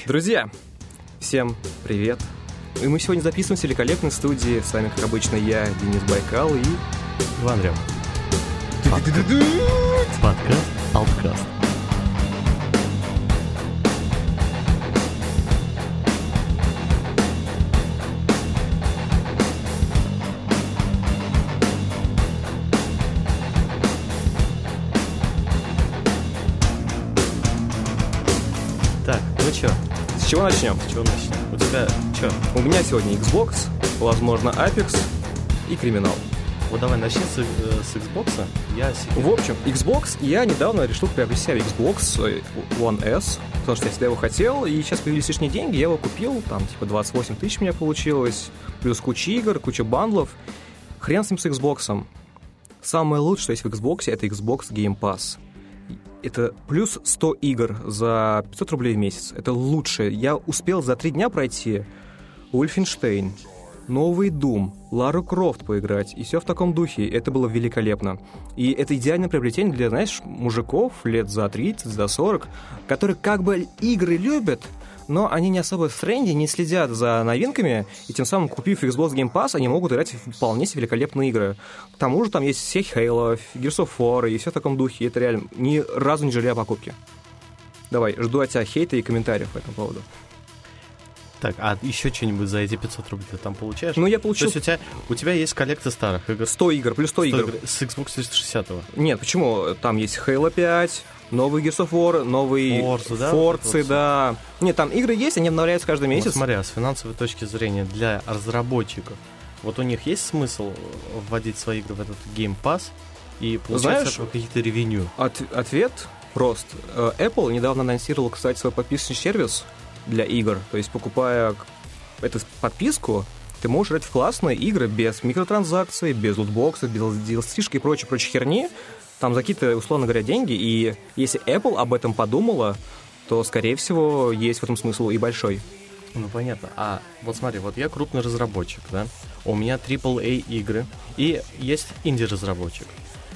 Друзья, всем привет. И мы сегодня записываемся в великолепной студии. С вами, как обычно, я, Денис Байкал и... Иван Рем. Подкаст Алткаст. Так, ну чё? С чего начнем? У тебя чё? У меня сегодня Xbox, возможно, Apex и Криминал. Вот давай начни с Xbox. В общем, Xbox, я недавно решил приобрести себе Xbox One S, потому что я всегда его хотел, и сейчас появились лишние деньги, я его купил, там типа 28 тысяч у меня получилось, плюс куча игр, куча бандлов. Хрен с ним с Xbox. Самое лучшее, что есть в Xbox, это Xbox Game Pass. Это плюс 100 игр за 500 рублей в месяц. Это лучшее. Я успел за 3 дня пройти Wolfenstein, новый Doom, Лару Крофт поиграть, и все в таком духе. Это было великолепно. И это идеальное приобретение для, знаешь, мужиков лет за 30, за 40, которые как бы игры любят, но они не особо в тренде, не следят за новинками, и тем самым, купив Xbox Game Pass, они могут играть в вполне себе великолепные игры. К тому же там есть все Halo, Gears of War и все в таком духе. И это реально ни разу не жалею о покупке. Давай, жду от тебя хейта и комментариев по этому поводу. Так, а еще что-нибудь за эти 500 рублей ты там получаешь? Ну, я получил... То есть у тебя есть коллекция старых игр? 100 игр, плюс 100 игр. С Xbox 360-го? Нет, почему? Там есть Halo 5, новый Gears of War, новый Forza, да. Нет, там игры есть, они обновляются каждый месяц. Вот смотри, а с финансовой точки зрения для разработчиков, вот у них есть смысл вводить свои игры в этот Game Pass и получать какие-то ревеню? Ответ прост. Apple недавно анонсировал, кстати, свой подписочный сервис для игр. То есть, покупая эту подписку, ты можешь играть в классные игры без микротранзакций, без лутбоксов, без DLC-шки и прочей херни. Там за какие-то, условно говоря, деньги. И если Apple об этом подумала, то, скорее всего, есть в этом смысл и большой. Ну, понятно. А вот смотри, вот я крупный разработчик, да? У меня AAA игры, и есть инди-разработчик.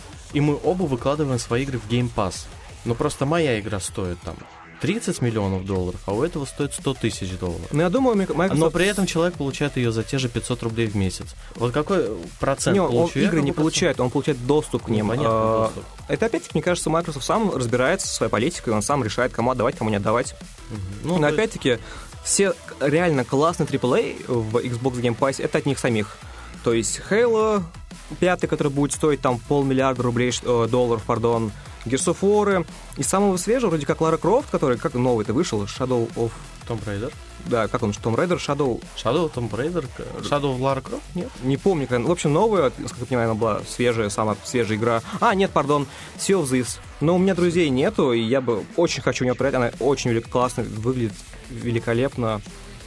И мы оба выкладываем свои игры в Game Pass. Но просто моя игра стоит там $30 миллионов, а у этого стоит $100 тысяч. Ну, я думаю, Microsoft... Но при этом человек получает ее за те же 500 рублей в месяц. Вот какой процент он игры не получает, он получает доступ к ним. Понятно, доступ. Это, опять-таки, мне кажется, Microsoft сам разбирается со своей политикой, он сам решает, кому отдавать, кому не отдавать. Но, опять-таки, все реально классные AAA в Xbox Game Pass, это от них самих. То есть Halo 5, который будет стоить там $500 миллиарда долларов, Gears of War, и самого свежего, вроде как Лара Крофт, который, как новый-то вышел, Shadow of... Tomb Raider? Да, как он, Tomb Raider, Shadow Tomb Raider? Shadow of Lara Croft? Нет? Не помню, в общем, новая, насколько я понимаю, она была свежая, самая свежая игра. Sea of Thieves. Но у меня друзей нету, и я бы очень хочу у нее проверить, она очень классно выглядит, великолепно.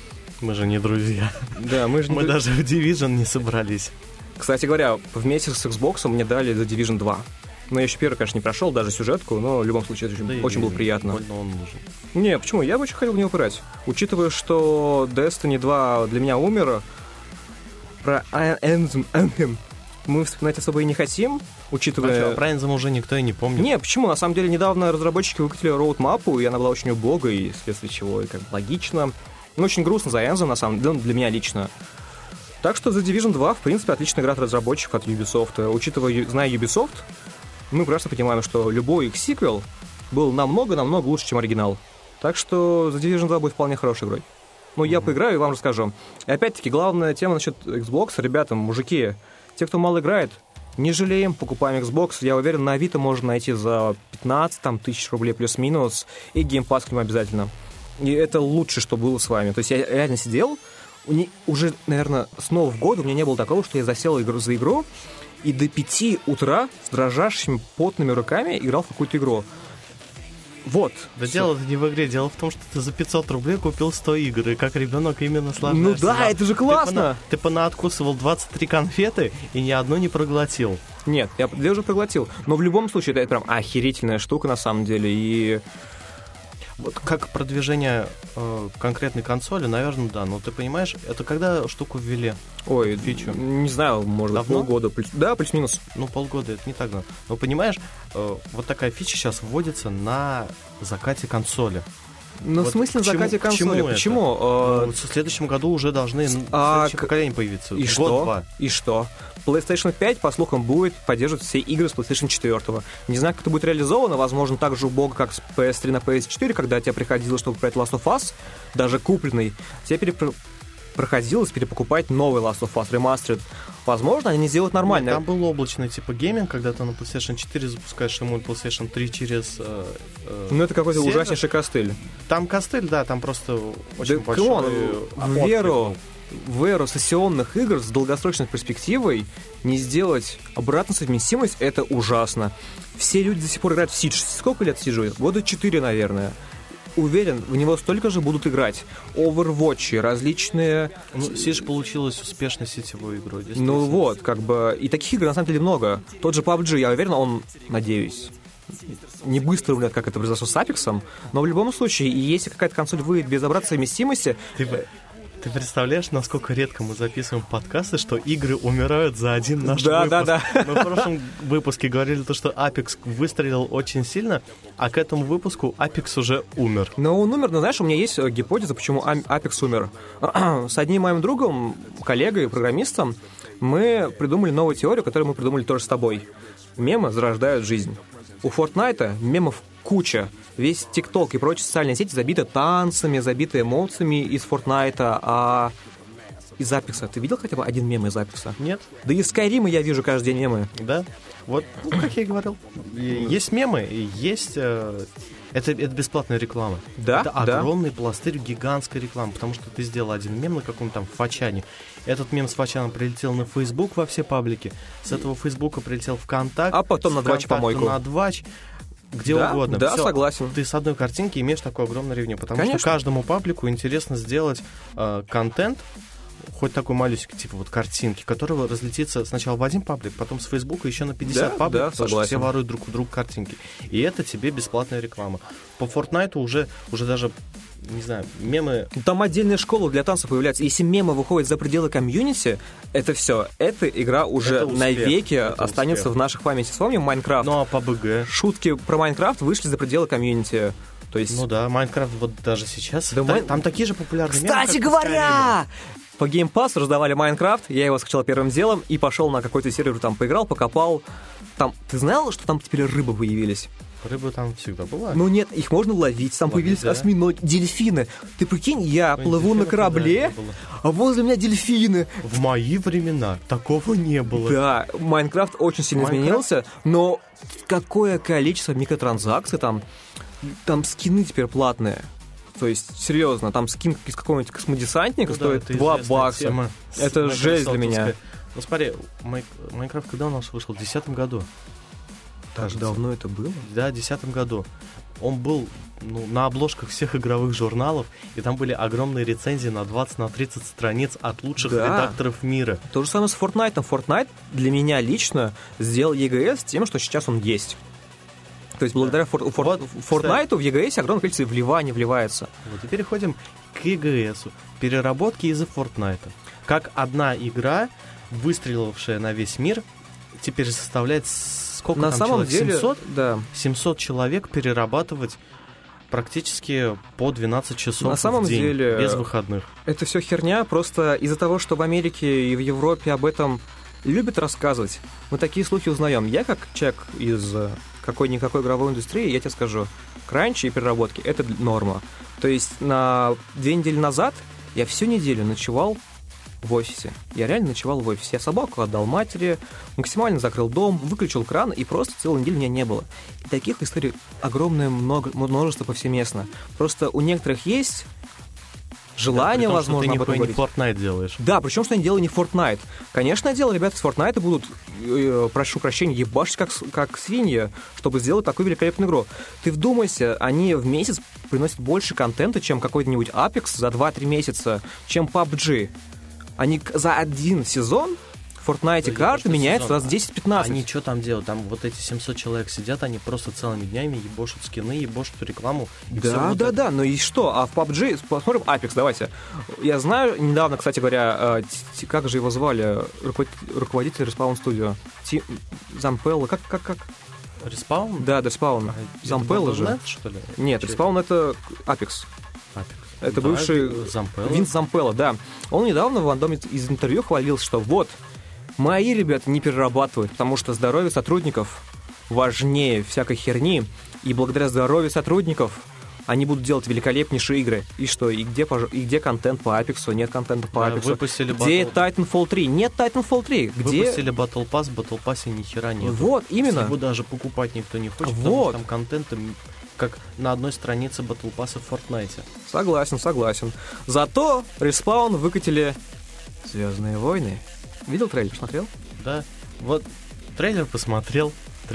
Мы же не друзья. Да, мы даже в Division не собрались. Кстати говоря, вместе с Xbox мне дали The Division 2. Но я еще первый, конечно, не прошел, даже сюжетку, но в любом случае это очень было приятно. Больно он нужен. Не, почему? Я бы очень хотел в него играть. Учитывая, что Destiny 2 для меня умер, про Anthem мы вспоминать особо и не хотим, учитывая... Про Anthem уже никто и не помнит. Не, почему? На самом деле, недавно разработчики выкатили роудмапу, и она была очень убогой, и вследствие чего, и как бы логично. Ну, очень грустно за Anthem, на самом деле, для меня лично. Так что The Division 2, в принципе, отличная игра от разработчиков, от Ubisoft. Учитывая, зная Ubisoft, мы прекрасно понимаем, что любой их сиквел был намного-намного лучше, чем оригинал. Так что The Division 2 будет вполне хорошей игрой. Ну, я поиграю и вам расскажу. И опять-таки, главная тема насчет Xbox. Ребята, мужики, те, кто мало играет, не жалеем, покупаем Xbox. Я уверен, на Авито можно найти за 15 тысяч рублей плюс-минус. И Game Pass к ним обязательно. И это лучшее, что было с вами. То есть я реально сидел, уже, наверное, с Нового года у меня не было такого, что я засел за игру, и до 5 утра с дрожащими потными руками играл в какую-то игру. Вот. Да дело-то не в игре, дело в том, что ты за 500 рублей купил 100 игр, и как ребенок именно наслаждаешься. Ну да, это же классно! Ты понаоткусывал 23 конфеты и ни одну не проглотил. Нет, я уже проглотил. Но в любом случае, это прям охерительная штука на самом деле, и... Вот как продвижение конкретной консоли, наверное, да. Но ты понимаешь, это когда штуку ввели? Ой, фичу. Не знаю, может быть, полгода. Да, плюс-минус. Ну, полгода, это не так давно. Но понимаешь, вот такая фича сейчас вводится на закате консоли. Ну, Вот в смысле на закате консоли? Почему? В следующем году уже должны следующее поколение появиться. И что? И что? PlayStation 5, по слухам, будет поддерживать все игры с PlayStation 4. Не знаю, как это будет реализовано. Возможно, так же убого, как с PS3 на PS4, когда тебе приходилось, чтобы проект Last of Us, даже купленный, тебе проходилось перепокупать новый Last of Us Remastered. Возможно, они не сделают нормально. Нет, там был облачный типа гейминг, когда ты на PlayStation 4 запускаешь ему PlayStation 3 через ну, это какой-то сервер. Ужаснейший костыль. Там костыль, да, там просто очень Да, большой... в эру сессионных игр с долгосрочной перспективой не сделать обратную совместимость — это ужасно. Все люди до сих пор играют в Siege. Сколько лет Siege? Года 4, наверное. Уверен, в него столько же будут играть. Overwatch, различные... Ну, Siege получилась успешной сетевой игрой. Ну вот, как бы... И таких игр на самом деле много. Тот же PUBG, я уверен, он, надеюсь, не быстро умрет, как это произошло с Апексом, но в любом случае, если какая-то консоль выйдет без обратной совместимости... Ты представляешь, насколько редко мы записываем подкасты, что игры умирают за один наш выпуск? Да. Мы в прошлом выпуске говорили то, что Apex выстрелил очень сильно, а к этому выпуску Apex уже умер. Но он умер, но знаешь, у меня есть гипотеза, почему Apex умер. С одним моим другом, коллегой, программистом, мы придумали новую теорию, которую мы придумали тоже с тобой. Мемы зарождают жизнь. У Fortnite мемов куча. Весь ТикТок и прочие социальные сети забиты танцами, забиты эмоциями из Fortnite, а из Апекса. Ты видел хотя бы один мем из Апекса? Нет. Да и из Скайрима я вижу каждый день мемы. Да. Вот, как я и говорил. Есть мемы, есть... Это бесплатная реклама. Да, это огромный пластырь гигантской рекламы, потому что ты сделал один мем на каком-то там Фачане. Этот мем с Фачаном прилетел на Facebook во все паблики. С этого Фейсбука прилетел ВКонтакт. А потом на Двач помойку. На Двач. Где угодно. Да, всё. Согласен. Ты с одной картинки имеешь такое огромное ревню, потому Конечно. что каждому паблику интересно сделать контент, хоть такой малюсенький, типа вот картинки, которого разлетится сначала в один паблик, потом с Фейсбука еще на 50 пабликов, потому что все воруют друг у друга картинки. И это тебе бесплатная реклама. По Fortnite уже даже, не знаю, мемы... Там отдельная школа для танцев появляется. Если мемы выходят за пределы комьюнити, это все. Эта игра уже это успех, навеки это останется успех. в наших памяти. Вспомним Майнкрафт. Ну а по БГ? Шутки про Майнкрафт вышли за пределы комьюнити. То есть... Ну да, Майнкрафт вот даже сейчас... Да, там такие же популярные мемы, Кстати говоря! По Game Pass раздавали Майнкрафт, я его скачал первым делом и пошел на какой-то сервер, там поиграл, покопал. Там, ты знал, что там теперь рыбы появились? Рыбы там всегда была. Ну нет, их можно ловить, там появились осьминоги, дельфины. Ты прикинь, я плыву на корабле, а возле меня дельфины. В мои времена такого не было. Да, Майнкрафт очень сильно изменился, но какое количество микротранзакций там скины теперь платные. То есть, серьезно, там скин из какого-нибудь космодесантника стоит $2. Тема это жесть для меня. Ну смотри, Майнкрафт когда у нас вышел? В 2010 году. Так давно это было? Да, в 2010 году. Он был на обложках всех игровых журналов, и там были огромные рецензии на 20-30 страниц от лучших редакторов мира. То же самое с Fortnite. Fortnite для меня лично сделал EGS тем, что сейчас он есть. То есть благодаря Fortnite в EGS огромное количество вливаний вливается. Вот и переходим к EGS. Переработки из-за Fortnite. Как одна игра, выстрелившая на весь мир, теперь составляет сколько на там самом человек? деле, 700? Да. 700 человек перерабатывать практически по 12 часов на самом в день, деле, без выходных. Это все херня, просто из-за того, что в Америке и в Европе об этом любят рассказывать, мы такие слухи узнаем. Я как человек из какой-никакой игровой индустрии, я тебе скажу, кранчи и переработки — это норма. То есть на 2 недели назад я всю неделю ночевал в офисе. Я реально ночевал в офисе. Я собаку отдал матери, максимально закрыл дом, выключил кран, и просто целую неделю меня не было. И таких историй огромное множество повсеместно. Просто у некоторых есть желание, да, возможно, об этом говорить. Ты не Fortnite делаешь. Да, причем, что они делают не Fortnite. Конечно, дело, ребята с Fortnite будут, прошу прощения, ебашить как свиньи, чтобы сделать такую великолепную игру. Ты вдумайся, они в месяц приносят больше контента, чем какой-нибудь Apex за 2-3 месяца, чем PUBG. Они за один сезон в Fortnite карты меняются раз в 10-15. Они что там делают? Там вот эти 700 человек сидят, они просто целыми днями ебошут скины, ебошут рекламу. Да, ну и что? А в PUBG, посмотрим Apex, давайте. Я знаю, недавно, кстати говоря, как же его звали, руководитель Respawn Studio? Зампелло, как? Respawn? Да, Respawn. Зампелло же. Battle.net, что ли? Нет, Respawn — это Apex. Это Да, бывший Зампелло. Винс Зампелло, да. Он недавно в одном из интервью хвалился, что вот, мои ребята не перерабатывают, потому что здоровье сотрудников важнее всякой херни, и благодаря здоровью сотрудников они будут делать великолепнейшие игры. И что? И где контент по Апексу? Нет контента по Да, Апексу. выпустили Где Battle- Titanfall 3? Нет Titanfall 3. Где... Выпустили Battle Pass, в Battle Pass'е ни хера нет. Вот, именно. Его даже покупать никто не хочет, потому Вот. что там контента как на одной странице Battle Pass'а в Fortnite. Согласен. Зато Respawn выкатили «Звездные войны». Видел трейлер, смотрел? Да, вот трейлер посмотрел.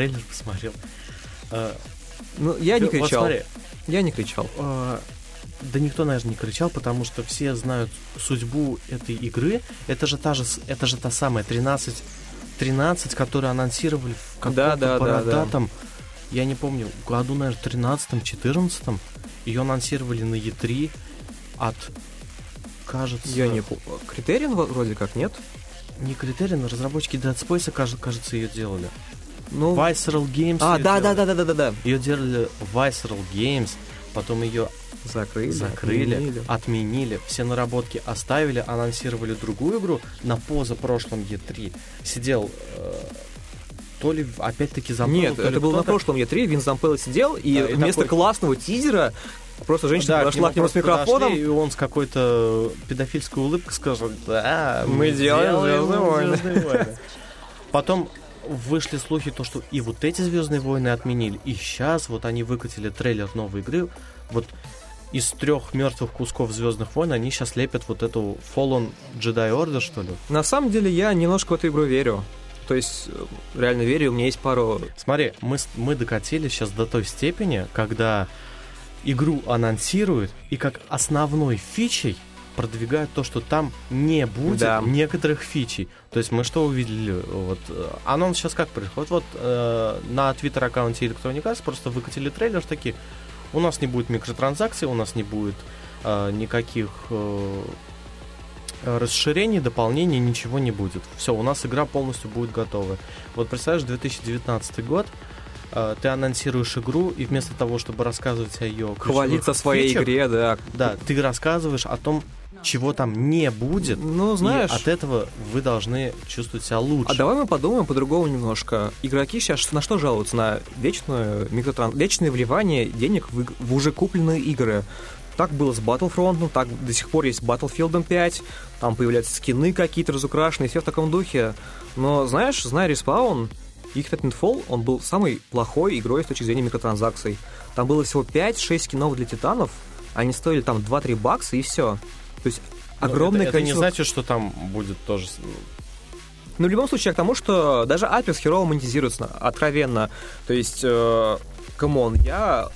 Ну, я не Вот кричал. смотри, Я не кричал. да никто, наверное, не кричал, потому что все знают судьбу этой игры. Это же та самая 13, которую анонсировали в каком-то Да. бородатом, я не помню, году, наверное, 13-14. Ее анонсировали на E3 от, кажется... Я не помню. Критерион вроде как, нет? Не Критерион, разработчики Dead Space, кажется, ее делали. Ну... Visceral Games. Да. Ее делали Visceral Games, потом ее закрыли, отменили, все наработки оставили, анонсировали другую игру. На позапрошлом E3 сидел то ли опять-таки Зампелло, Нет, это было на прошлом E3, Винс Зампелло сидел, и Да, и вместо такой... классного тизера просто женщина подошла к нему с микрофоном. И он с какой-то педофильской улыбкой сказал: да, мы делаем «Звездные войны». Потом вышли слухи, то, что и вот эти «Звездные войны» отменили, и сейчас вот они выкатили трейлер новой игры. Вот из 3 мертвых кусков «Звездных войн» они сейчас лепят вот эту Fallen Jedi Order, что ли. На самом деле я немножко в эту игру верю. То есть, реально верю, у меня есть пару... Смотри, мы докатились сейчас до той степени, когда игру анонсируют, и как основной фичей продвигают то, что там не будет некоторых фичей. То есть мы что увидели? Вот, анонс сейчас как происходит? Вот на твиттер-аккаунте Electronic Arts просто выкатили трейлер, такие: у нас не будет микротранзакций, у нас не будет никаких расширений, дополнений, ничего не будет. Все, у нас игра полностью будет готова. Вот представляешь, 2019 год, ты анонсируешь игру, и вместо того, чтобы рассказывать о ее хвалиться своей игре, да. Да, ты рассказываешь о том, чего там не будет. Ну, знаешь... И от этого вы должны чувствовать себя лучше. А давай мы подумаем по-другому немножко. Игроки сейчас на что жалуются? На вечное вливание денег в уже купленные игры. Так было с Battlefront, так до сих пор есть с Battlefield 5, там появляются скины какие-то разукрашенные, все в таком духе. Но, знаешь, зная Respawn, их Titanfall, он был самой плохой игрой с точки зрения микротранзакций. Там было всего 5-6 скинов для титанов, они стоили там 2-3 бакса и все. То есть огромное количество... Это не значит, что там будет тоже... Ну, в любом случае, к тому, что даже Apex херово монетизируется откровенно. То есть, камон, я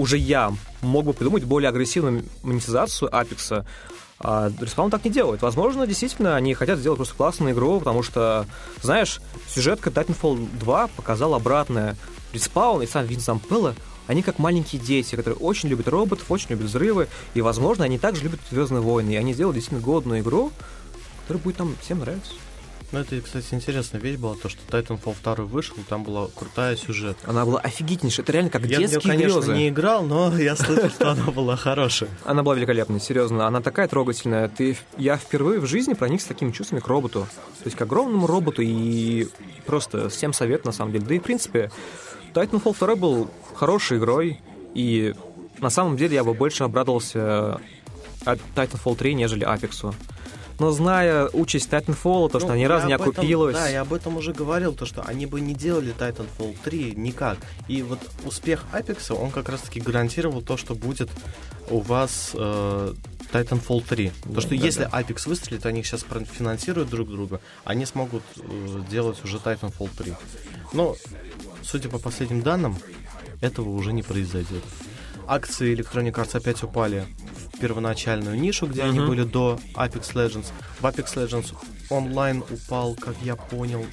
мог бы придумать более агрессивную монетизацию Apex, а Respawn так не делает. Возможно, действительно, они хотят сделать просто классную игру, потому что, знаешь, сюжетка Titanfall 2 показала обратное. Respawn и сам Винс Зампелло, они как маленькие дети, которые очень любят роботов, очень любят взрывы, и, возможно, они также любят «Звездные войны», и они сделают действительно годную игру, которая будет нам всем нравиться. Ну, это, кстати, интересная вещь была, то, что Titanfall 2 вышел, там была крутая сюжетка. Она была офигительнейшая, это реально как детские грезы. Я, конечно, не играл, но я слышал, что она была хорошая. Она была великолепная, серьезно, она такая трогательная. Я впервые в жизни проникся такими чувствами к роботу. То есть к огромному роботу, и просто всем совет, на самом деле. Да и, в принципе, Titanfall 2 был хорошей игрой, и на самом деле я бы больше обрадовался от Titanfall 3, нежели Apex. Но зная участь Titanfall, то, что она ни разу не окупилась... Да, я об этом уже говорил, то, что они бы не делали Titanfall 3 никак. И вот успех Apex, он как раз-таки гарантировал то, что будет у вас Titanfall 3. То, что если Apex выстрелит, они сейчас финансируют друг друга, они смогут делать уже Titanfall 3. Но, судя по последним данным, этого уже не произойдет. Акции Electronic Arts опять упали в первоначальную нишу, где они были до Apex Legends. В Apex Legends онлайн упал, как я понял,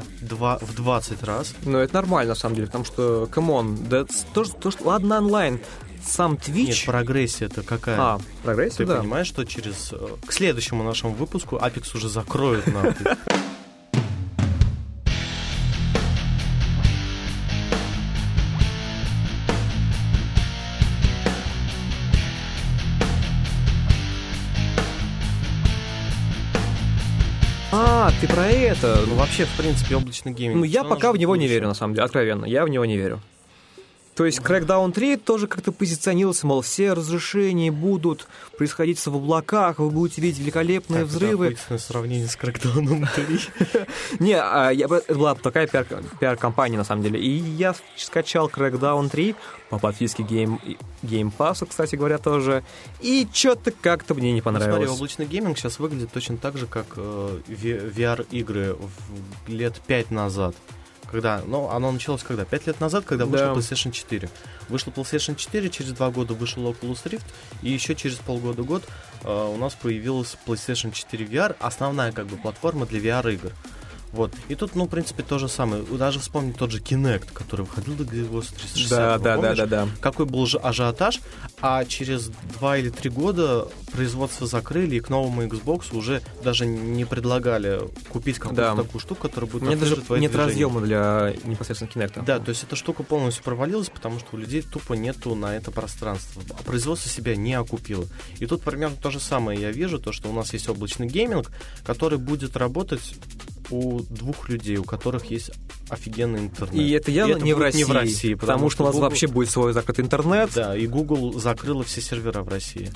в 20 раз. Ну, это нормально, на самом деле, потому что, камон, да, ладно, онлайн, сам Twitch... Нет, прогрессия-то какая? Прогрессия, Ты понимаешь, что к следующему нашему выпуску Apex уже закроют нахуй. ты про это. Ну, вообще, в принципе, облачный гейминг. Ну, я пока в него не верю, на самом деле, откровенно. Я в него не верю. То есть Crackdown 3 тоже как-то позиционировался, мол, все разрушения будут происходить в облаках, вы будете видеть великолепные взрывы. Это сравнение с Crackdown 3. Не, это была такая пиар-компания, на самом деле. И я скачал Crackdown 3 по подписке Game Pass, кстати говоря, тоже. И что-то как-то мне не понравилось. Смотри, облачный гейминг сейчас выглядит точно так же, как VR-игры лет 5 назад. Когда, оно началось когда? 5 лет назад, когда вышел PlayStation 4. Вышел PlayStation 4, через 2 года вышел Oculus Rift, и еще через полгода-год у нас появилась PlayStation 4 VR, основная как бы платформа для VR-игр. Вот. И тут, в принципе, то же самое. Даже вспомнить тот же Kinect, который выходил до Xbox 360. Да. Какой был ажиотаж, а через 2 или 3 года производство закрыли, и к новому Xbox уже даже не предлагали купить какую-то такую штуку, которая будет отслеживать твои движения. Нет разъема для непосредственно Kinect. Да, то есть эта штука полностью провалилась, потому что у людей тупо нету на это пространства. А производство себя не окупило. И тут примерно то же самое я вижу, то, что у нас есть облачный гейминг, который будет работать у двух людей, у которых есть офигенный интернет. И это явно не в России, потому что у нас Google... вообще будет свой закрытый интернет. Да, и Google закрыла все сервера в России.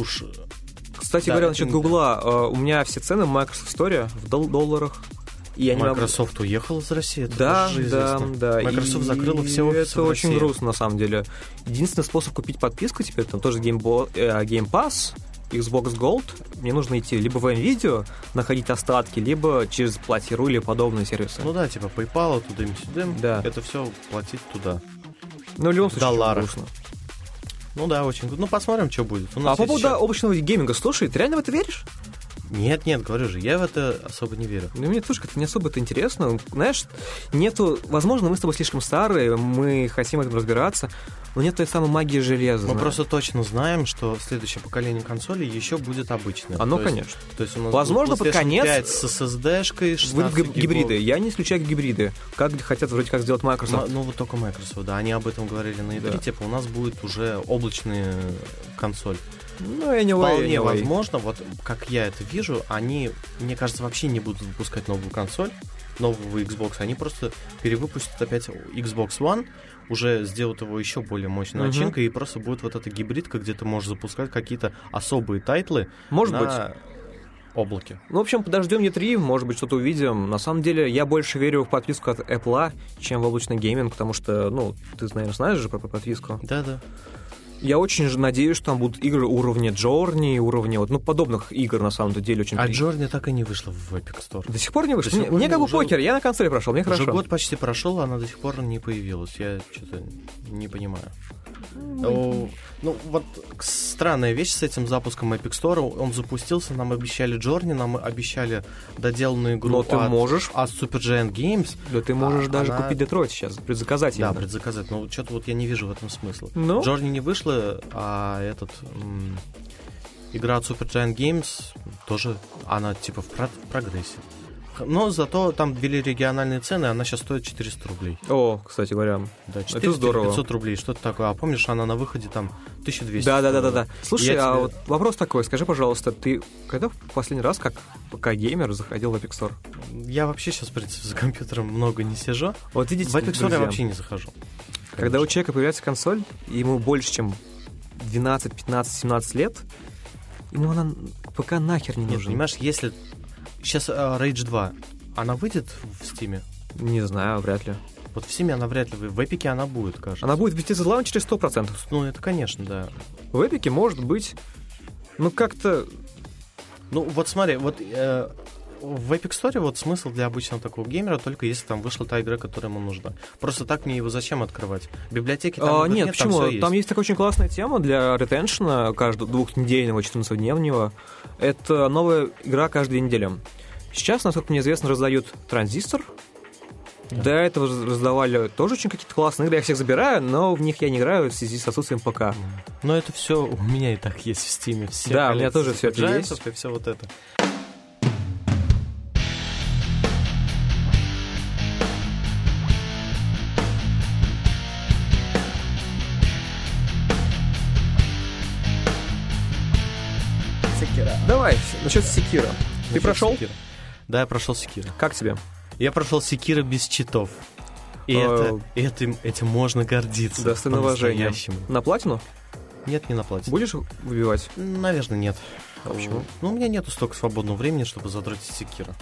Кстати говоря, насчет Гугла, у меня все цены в Microsoft Store в долларах. И Microsoft уехал из России, это да. Microsoft закрыла все офисы это очень грустно, на самом деле. Единственный способ купить подписку теперь, там тоже Game Pass, Xbox Gold, мне нужно идти либо в NVIDIA, находить остатки, либо через Платиру или подобные сервисы. Ну да, типа PayPal, тудым-сюдым, это все платить туда. Ну, в любом случае, грустно. Ну да, очень грустно. Ну, посмотрим, что будет. По поводу облачного гейминга, слушай, ты реально в это веришь? Нет, говорю же, я в это особо не верю. Ну, мне тоже как-то не особо это интересно. Знаешь, возможно, мы с тобой слишком старые, мы хотим в этом разбираться, но нет той самой магии железа. Мы просто точно знаем, что следующее поколение консолей еще будет обычным. Конечно. То есть у нас возможно, под конец 5 с SSD-шкой, 16 будут гибриды. Я не исключаю гибриды. Как хотят вроде как сделать Microsoft. Ну, вот только Microsoft, да. Они об этом говорили на E3. Типа, у нас будет уже облачная консоль. Ну, я не Вполне возможно, вот как я это вижу, они, мне кажется, вообще не будут выпускать новую консоль, нового Xbox, они просто перевыпустят опять Xbox One, уже сделают его еще более мощной начинкой, и просто будет вот эта гибридка, где ты можешь запускать какие-то особые тайтлы на облаке. Ну, в общем, подождем E3, может быть, что-то увидим. На самом деле, я больше верю в подписку от Apple, чем в облачный гейминг, потому что, ты, наверное, знаешь же про подписку. Да. Я очень же надеюсь, что там будут игры уровня Journey, уровня подобных игр, на самом деле, очень приятно. Journey так и не вышла в Epic Store. До сих пор не вышла? Мне как бы покер, я на консоли прошел, мне хорошо. Уже год почти прошел, а она до сих пор не появилась. Я что-то не понимаю. Вот странная вещь с этим запуском Epic Store. Он запустился, нам обещали Journey, нам обещали доделанную игру от Supergiant Games. Да ты можешь даже купить Детройт сейчас, предзаказать ее. Да, предзаказать, но что-то я не вижу в этом смысла. Journey не вышла, а игра от Supergiant Games тоже, она типа в прогрессе. Но зато там ввели региональные цены, она сейчас стоит 400 рублей. О, кстати говоря, да, 400, это здорово. 500 рублей, что-то такое. А помнишь, она на выходе там 1200. Да. Слушай, вот вопрос такой, скажи, пожалуйста, ты когда в последний раз как ПК-геймер заходил в Epic Store? Я вообще сейчас, в принципе, за компьютером много не сижу. Вот видите, в Epic Store я вообще не захожу. Когда у человека появляется консоль, ему больше, чем 12, 15, 17 лет, ему она ПК нахер не нужен. Понимаешь, если... Сейчас Rage 2, она выйдет в Steam? Не знаю, вряд ли. Вот в Steam она вряд ли выйдет. В Epic она будет, кажется. Она будет в Bethesda Launcher 100%. Ну, это, конечно, да. В Epic может быть, как-то... Ну, вот смотри, в Epic Store вот смысл для обычного такого геймера только если там вышла та игра, которая ему нужна. Просто так мне его зачем открывать? Библиотеки там нет, почему? Там есть такая очень классная тема для ретеншена каждого двухдневного, 14-дневного. Это новая игра каждую неделю. Сейчас, насколько мне известно, раздают Транзистор. Да. До этого раздавали тоже очень какие-то классные игры. Я всех забираю, но в них я не играю в связи с отсутствием ПК. Но это все у меня и так есть в Steam. Да, у меня тоже все это есть. И все вот это. Давай, насчет Sekiro. Ты прошел? Sekiro. Да, я прошел Секиро. Как тебе? Я прошел Секиро без читов. И этим можно гордиться. Достойно уважения. На платину? Нет, не на платину. Будешь выбивать? Наверное, нет. Почему? Ну, у меня нету столько свободного времени, чтобы задротить Секиро.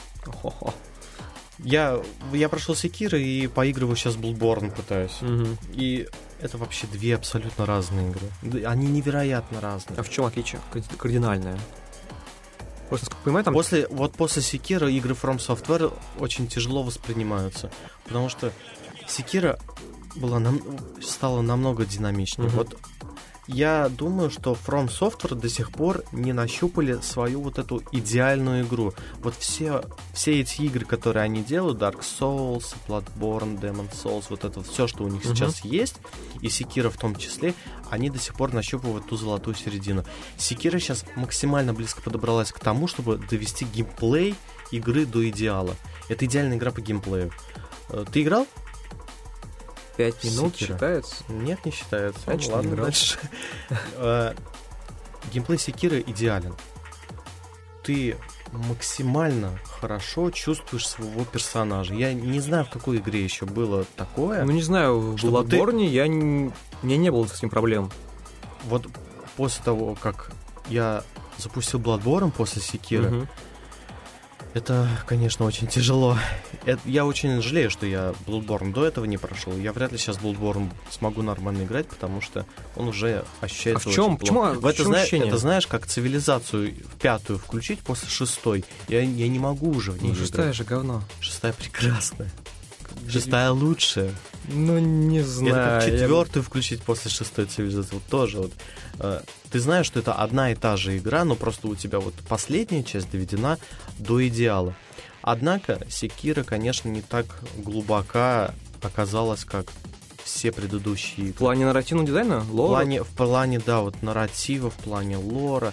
Я прошел Секиро и поигрываю сейчас Bloodborne пытаюсь. И это вообще две абсолютно разные игры. Они невероятно разные. А в чем отличие кардинальное? Просто, насколько понимаю, там... После Секиро игры From Software очень тяжело воспринимаются, потому что Секиро стала намного динамичнее. Вот я думаю, что From Software до сих пор не нащупали свою вот эту идеальную игру. Вот все эти игры, которые они делают, Dark Souls, Bloodborne, Demon Souls, вот это все, что у них сейчас есть, и Sekiro в том числе, они до сих пор нащупывают ту золотую середину. Sekiro сейчас максимально близко подобралась к тому, чтобы довести геймплей игры до идеала. Это идеальная игра по геймплею. Ты играл? 5 минут Sekiro считается? Нет, не считается. Значит, Ладно, не играл. дальше. Геймплей Sekiro идеален. Ты максимально хорошо чувствуешь своего персонажа. Я не знаю, в какой игре еще было такое. Ну, не знаю, в Bloodborne у меня не было с этим проблем. Вот после того, как я запустил Bloodborne после Sekiro, это, конечно, очень тяжело. Я очень жалею, что я Bloodborne до этого не прошел. Я вряд ли сейчас Bloodborne смогу нормально играть, потому что он уже ощущается очень плохо. Это знаешь, как цивилизацию в 5-ю включить после 6-й. Я не могу уже в ней играть. 6-я же говно. 6-я прекрасная. 6-я лучшая. Ну, не знаю. Это как 4-ю включить после 6-й цивилизации. Вот тоже вот. Ты знаешь, что это одна и та же игра, но просто у тебя вот последняя часть доведена до идеала. Однако Sekiro, конечно, не так глубока оказалась, как все предыдущие игры. В плане нарративного дизайна? Лора? В плане, да, вот нарратива, в плане лора.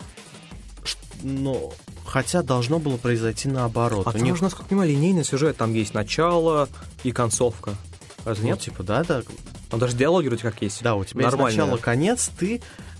Но хотя должно было произойти наоборот. А там уже, насколько я понимаю, линейный сюжет. Там есть начало и концовка. Разве нет? Типа, да. Там даже диалоги вроде как есть. Да, у тебя есть начало, конец, ты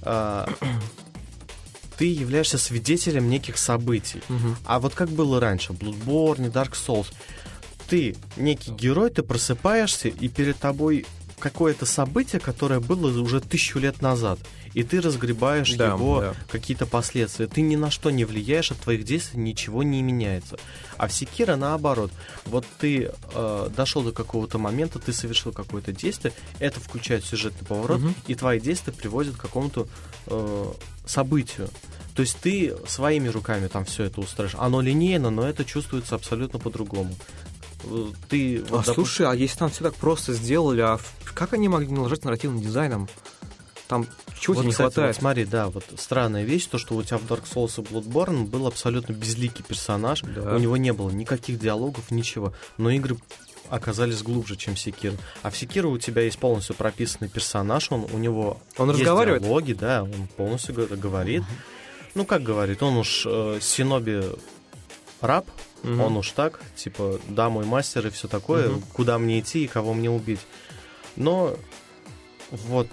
являешься свидетелем неких событий. А вот как было раньше, в Bloodborne, Dark Souls, ты некий герой, ты просыпаешься, и перед тобой какое-то событие, которое было уже 1000 лет назад, и ты разгребаешь какие-то последствия. Ты ни на что не влияешь, от твоих действий ничего не меняется. А в Sekiro наоборот. Вот ты дошел до какого-то момента, ты совершил какое-то действие, это включает сюжетный поворот, и твои действия приводят к какому-то событию. То есть ты своими руками там все это устраиваешь. Оно линейно, но это чувствуется абсолютно по-другому. Слушай, а если там все так просто сделали, как они могли наложить нарративным дизайном? Там чего тебе не хватает? Вот смотри, да, вот странная вещь, то, что у тебя в Dark Souls и Bloodborne был абсолютно безликий персонаж, у него не было никаких диалогов, ничего, но игры оказались глубже, чем Sekiro. А в Sekiro у тебя есть полностью прописанный персонаж, у него есть разговаривает? Диалоги, да, он полностью говорит. Ну, как говорит, он уж синоби раб, он уж так, типа, да, мой мастер и все такое, куда мне идти и кого мне убить. Но вот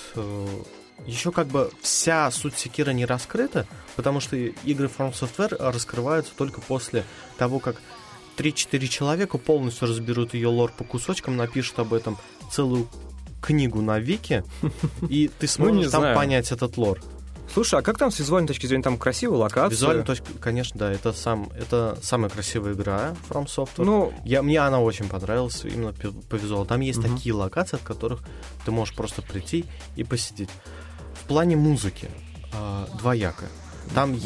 еще как бы вся суть Sekiro не раскрыта, потому что игры From Software раскрываются только после того, как 3-4 человека полностью разберут ее лор по кусочкам, напишут об этом целую книгу на Вики, и ты сможешь там понять этот лор. Слушай, а как там с визуальной точки зрения? Там красивая локация? Визуальной точки, конечно, да. Это самая красивая игра From Software. Мне она очень понравилась именно по визуалу. Там есть такие локации, от которых ты можешь просто прийти и посидеть. В плане музыки двояко. Там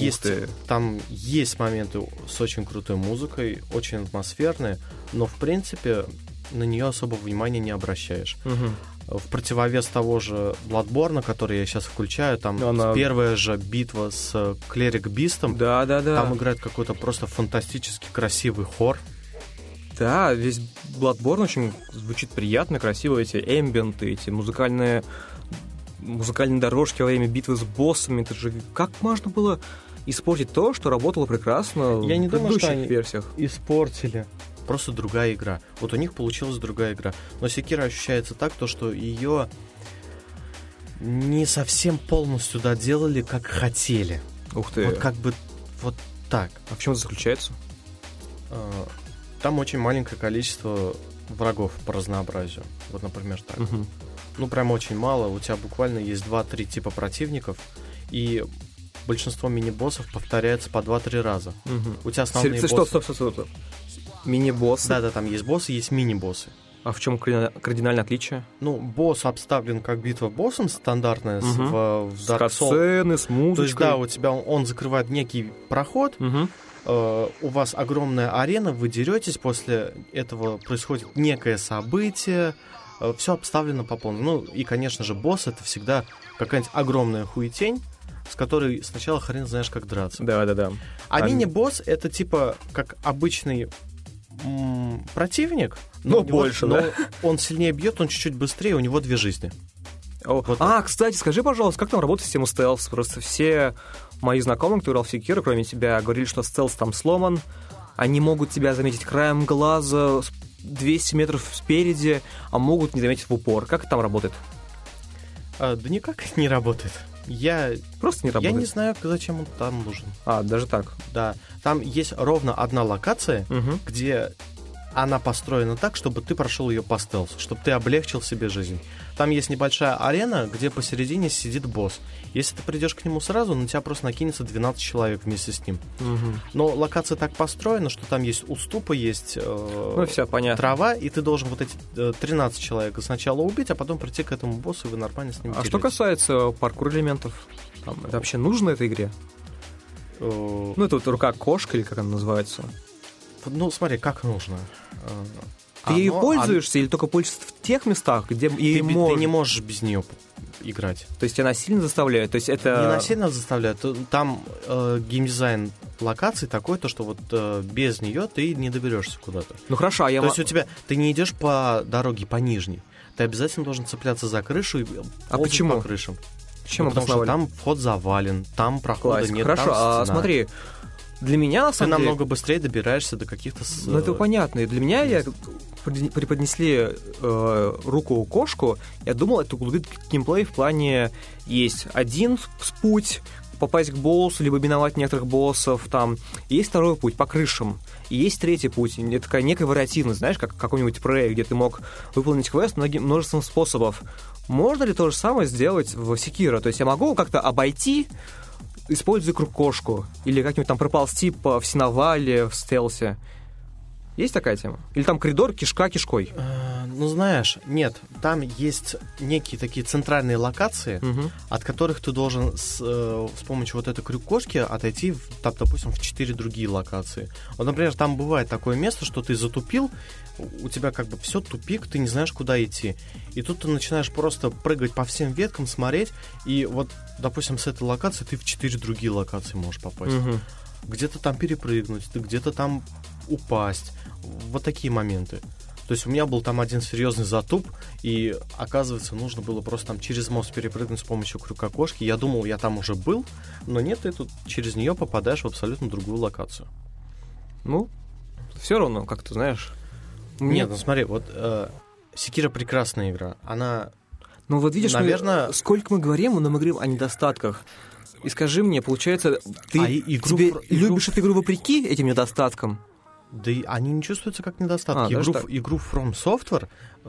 есть моменты с очень крутой музыкой, очень атмосферные, но, в принципе, на нее особо внимания не обращаешь. В противовес того же Bloodborne, который я сейчас включаю, там первая же битва с Клерик Бистом. Да. Там играет какой-то просто фантастически красивый хор. Да, весь Bloodborne очень звучит приятно, красиво, эти эмбиенты, эти музыкальные дорожки во время битвы с боссами. Это же как можно было испортить то, что работало прекрасно я не в предыдущих думаю, что версиях? Испортили. Просто другая игра. Вот у них получилась другая игра. Но Sekiro ощущается так, что ее не совсем полностью доделали, как хотели. Ух ты. Вот как бы вот так. А в чем это заключается? Там очень маленькое количество врагов по разнообразию. Вот, например, так. Ну, прям очень мало. У тебя буквально есть 2-3 типа противников, и большинство мини-боссов повторяется по 2-3 раза. У тебя основные боссы... Стоп. Мини-боссы? Да, там есть боссы, есть мини-боссы. А в чем кардинальное отличие? Ну, босс обставлен как битва боссом стандартная в Dark Souls. С катсцены, с музыкой. То есть, да, у тебя он закрывает некий проход, у вас огромная арена, вы деретесь, после этого происходит некое событие, все обставлено по полной. Ну, и, конечно же, босс — это всегда какая-нибудь огромная хуетень, с которой сначала хрен знаешь, как драться. Да. А мини-босс — это типа как обычный противник, но больше, но он сильнее бьет, он чуть-чуть быстрее, у него 2 жизни. Вот. Кстати, скажи, пожалуйста, как там работает система стелс? Просто все мои знакомые, кто играл в Sekiro, кроме тебя, говорили, что стелс там сломан. Они могут тебя заметить краем глаза 200 метров спереди, а могут не заметить в упор. Как это там работает? Да никак не работает. Просто не работает. Я не знаю, зачем он там нужен. Даже так? Да. Там есть ровно одна локация, где она построена так, чтобы ты прошел ее по стелсу, чтобы ты облегчил себе жизнь. Там есть небольшая арена, где посередине сидит босс. Если ты придешь к нему сразу, на тебя просто накинется 12 человек вместе с ним. Но локация так построена, что там есть уступы, есть все понятно. Трава, и ты должен вот эти 13 человек сначала убить, а потом прийти к этому боссу, и вы нормально с ним делитесь. Что касается паркур-элементов, это вообще нужно этой игре? Это вот рука-кошка, или как она называется? Ну, смотри, как нужно. Ты ею пользуешься или только пользуешься в тех местах, где ты не можешь без нее играть? То есть тебя насильно заставляют? То есть это... Не насильно заставляют. Там геймдизайн локаций такой, то что вот без нее ты не доберешься куда-то. Ну хорошо, То есть у тебя... Ты не идешь по дороге, по нижней. Ты обязательно должен цепляться за крышу и ползать по крышам. Чем потому что там вход завален, там прохода нет, Хорошо, там стена. Смотри, для меня, на самом деле... Ты намного быстрее добираешься до каких-то... Ну, это понятно. И для меня преподнесли руку-кошку, я думал, это углубит геймплей в плане есть один путь попасть к боссу, либо миновать некоторых боссов, там. Есть второй путь по крышам, и есть третий путь. Это такая некая вариативность, знаешь, как какой-нибудь Prey, где ты мог выполнить квест множеством способов. Можно ли то же самое сделать в Sekiro? То есть я могу как-то обойти, используя кошку, или как-нибудь там проползти в сеновале, в стелсе. Есть такая тема? Или там коридор кишка кишкой? Ну, знаешь, нет. Там есть некие такие центральные локации, от которых ты должен с помощью вот этой крюк-кошки отойти, там, допустим, в 4 другие локации. Вот, например, там бывает такое место, что ты затупил, у тебя как бы все тупик, ты не знаешь, куда идти. И тут ты начинаешь просто прыгать по всем веткам, смотреть, и вот, допустим, с этой локации ты в 4 другие локации можешь попасть. Где-то там перепрыгнуть, где-то там упасть. Вот такие моменты. То есть у меня был там один серьезный затуп, и, оказывается, нужно было просто там через мост перепрыгнуть с помощью крюка-кошки. Я думал, я там уже был, но нет, ты тут через нее попадаешь в абсолютно другую локацию. Ну, все равно, как ты знаешь. Нет, ну смотри, вот Sekiro прекрасная игра. Она... Ну вот видишь, наверное... сколько мы говорим о недостатках. И скажи мне, получается, ты любишь эту игру вопреки этим недостаткам? Да и они не чувствуются как недостатки. Игру From Software,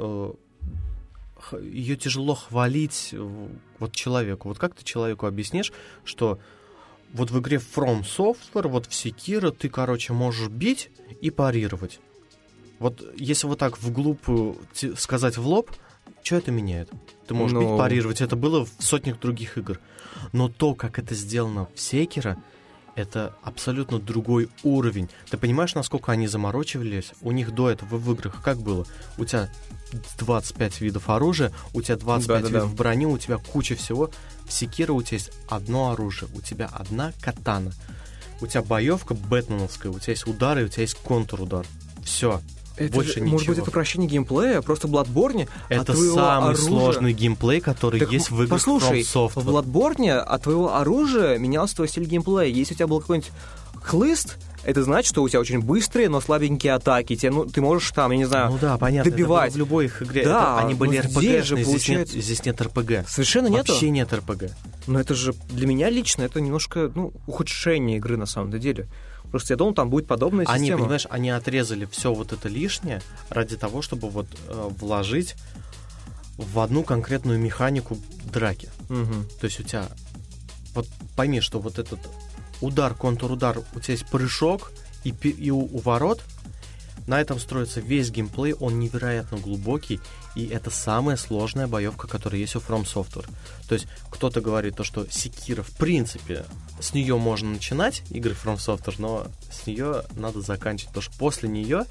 ее тяжело хвалить вот человеку. Вот как ты человеку объяснишь, что вот в игре From Software, вот в Sekiro ты, можешь бить и парировать. Вот если вот так вглубь сказать в лоб, что это меняет? Ты можешь бить, парировать. Это было в сотнях других игр. Но то, как это сделано в Sekiro, это абсолютно другой уровень. Ты понимаешь, насколько они заморочивались? У них до этого в играх как было? У тебя 25 видов оружия, у тебя 25 видов брони, у тебя куча всего. В Sekiro у тебя есть одно оружие, у тебя одна катана. У тебя боевка бэтменовская, у тебя есть удары, у тебя есть контрудар. Все. Больше ничего. Может быть, это упрощение геймплея? Просто в Bloodborne это самый сложный геймплей, который есть в играх From Software. В Bloodborne от твоего оружия менялся твой стиль геймплея. Если у тебя был какой-нибудь хлыст, это значит, что у тебя очень быстрые, но слабенькие атаки. Ты можешь там, я не знаю, понятно, добивать. Это было в любой их игре. Да, они были RPG, здесь нет RPG. Совершенно нету? Вообще нет RPG. Но это же для меня лично это немножко ухудшение игры на самом деле. Просто я думал, там будет подобная система. Они, понимаешь, они отрезали все вот это лишнее ради того, чтобы вот вложить в одну конкретную механику драки. То есть у тебя... Вот пойми, что вот этот удар, контр-удар, у тебя есть прыжок и у ворот. На этом строится весь геймплей, он невероятно глубокий, и это самая сложная боевка, которая есть у From Software. То есть кто-то говорит то, что Sekiro, в принципе, с нее можно начинать игры From Software, но с нее надо заканчивать, потому что после нее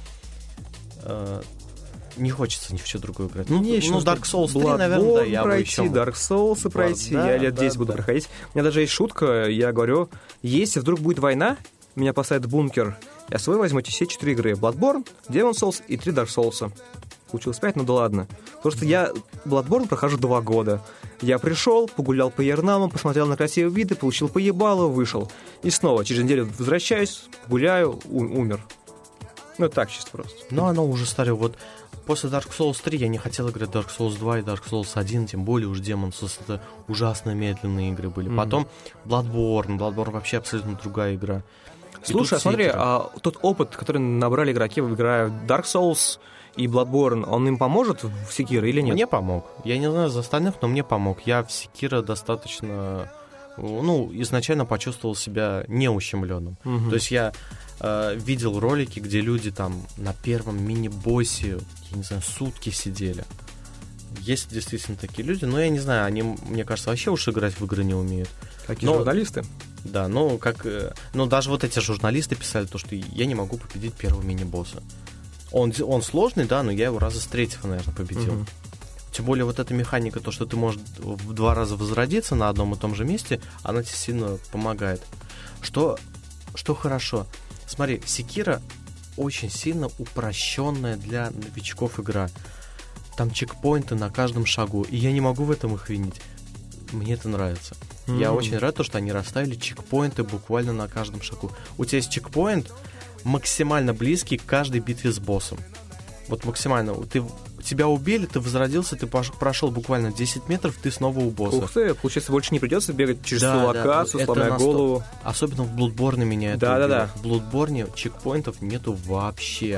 не хочется ни в что другое играть. Dark Souls 3, наверное, да, я бы еще... Dark Souls пройти, я лет 10 буду проходить. У меня даже есть шутка, я говорю, если вдруг будет война, меня посадят в бункер, а вы возьмете все 4 игры. Bloodborne, Demon's Souls и 3 Dark Souls. Получилось 5, ну да ладно. Потому что я Bloodborne прохожу 2 года. Я пришел, погулял по Ернаму, посмотрел на красивые виды, получил поебало, вышел. И снова через неделю возвращаюсь, гуляю, умер. Ну так чисто просто. Но оно уже старое. Вот после Dark Souls 3 я не хотел играть Dark Souls 2 и Dark Souls 1, тем более уж Demon's Souls. Это ужасно медленные игры были. Потом Bloodborne вообще абсолютно другая игра. Слушай, смотри, тот опыт, который набрали игроки, играя в Dark Souls и Bloodborne, он им поможет в Sekiro или нет? Мне помог. Я не знаю за остальных, но мне помог. Я в Sekiro достаточно... изначально почувствовал себя неущемленным. То есть я видел ролики, где люди там на первом мини-боссе, я не знаю, сутки сидели. Есть действительно такие люди, но я не знаю, они, мне кажется, вообще уж играть в игры не умеют. Какие журналисты? Да, даже вот эти журналисты писали то, что я не могу победить первого мини-босса. Он сложный, да, но я его раза с третьего, наверное, победил. Тем более вот эта механика, то, что ты можешь в 2 раза возродиться на одном и том же месте, она тебе сильно помогает. Что хорошо. Смотри, Sekiro очень сильно упрощенная для новичков игра. Там чекпоинты на каждом шагу, и я не могу в этом их винить. Мне это нравится. Я очень рад, что они расставили чекпоинты буквально на каждом шагу. У тебя есть чекпоинт максимально близкий к каждой битве с боссом. Вот максимально. Тебя убили, ты возродился, ты прошел буквально 10 метров, ты снова у босса. Ух ты, получается, больше не придется бегать через всю локацию, сломя голову. Особенно в Bloodborne меня это убило. Да. В Bloodborne чекпоинтов нету вообще.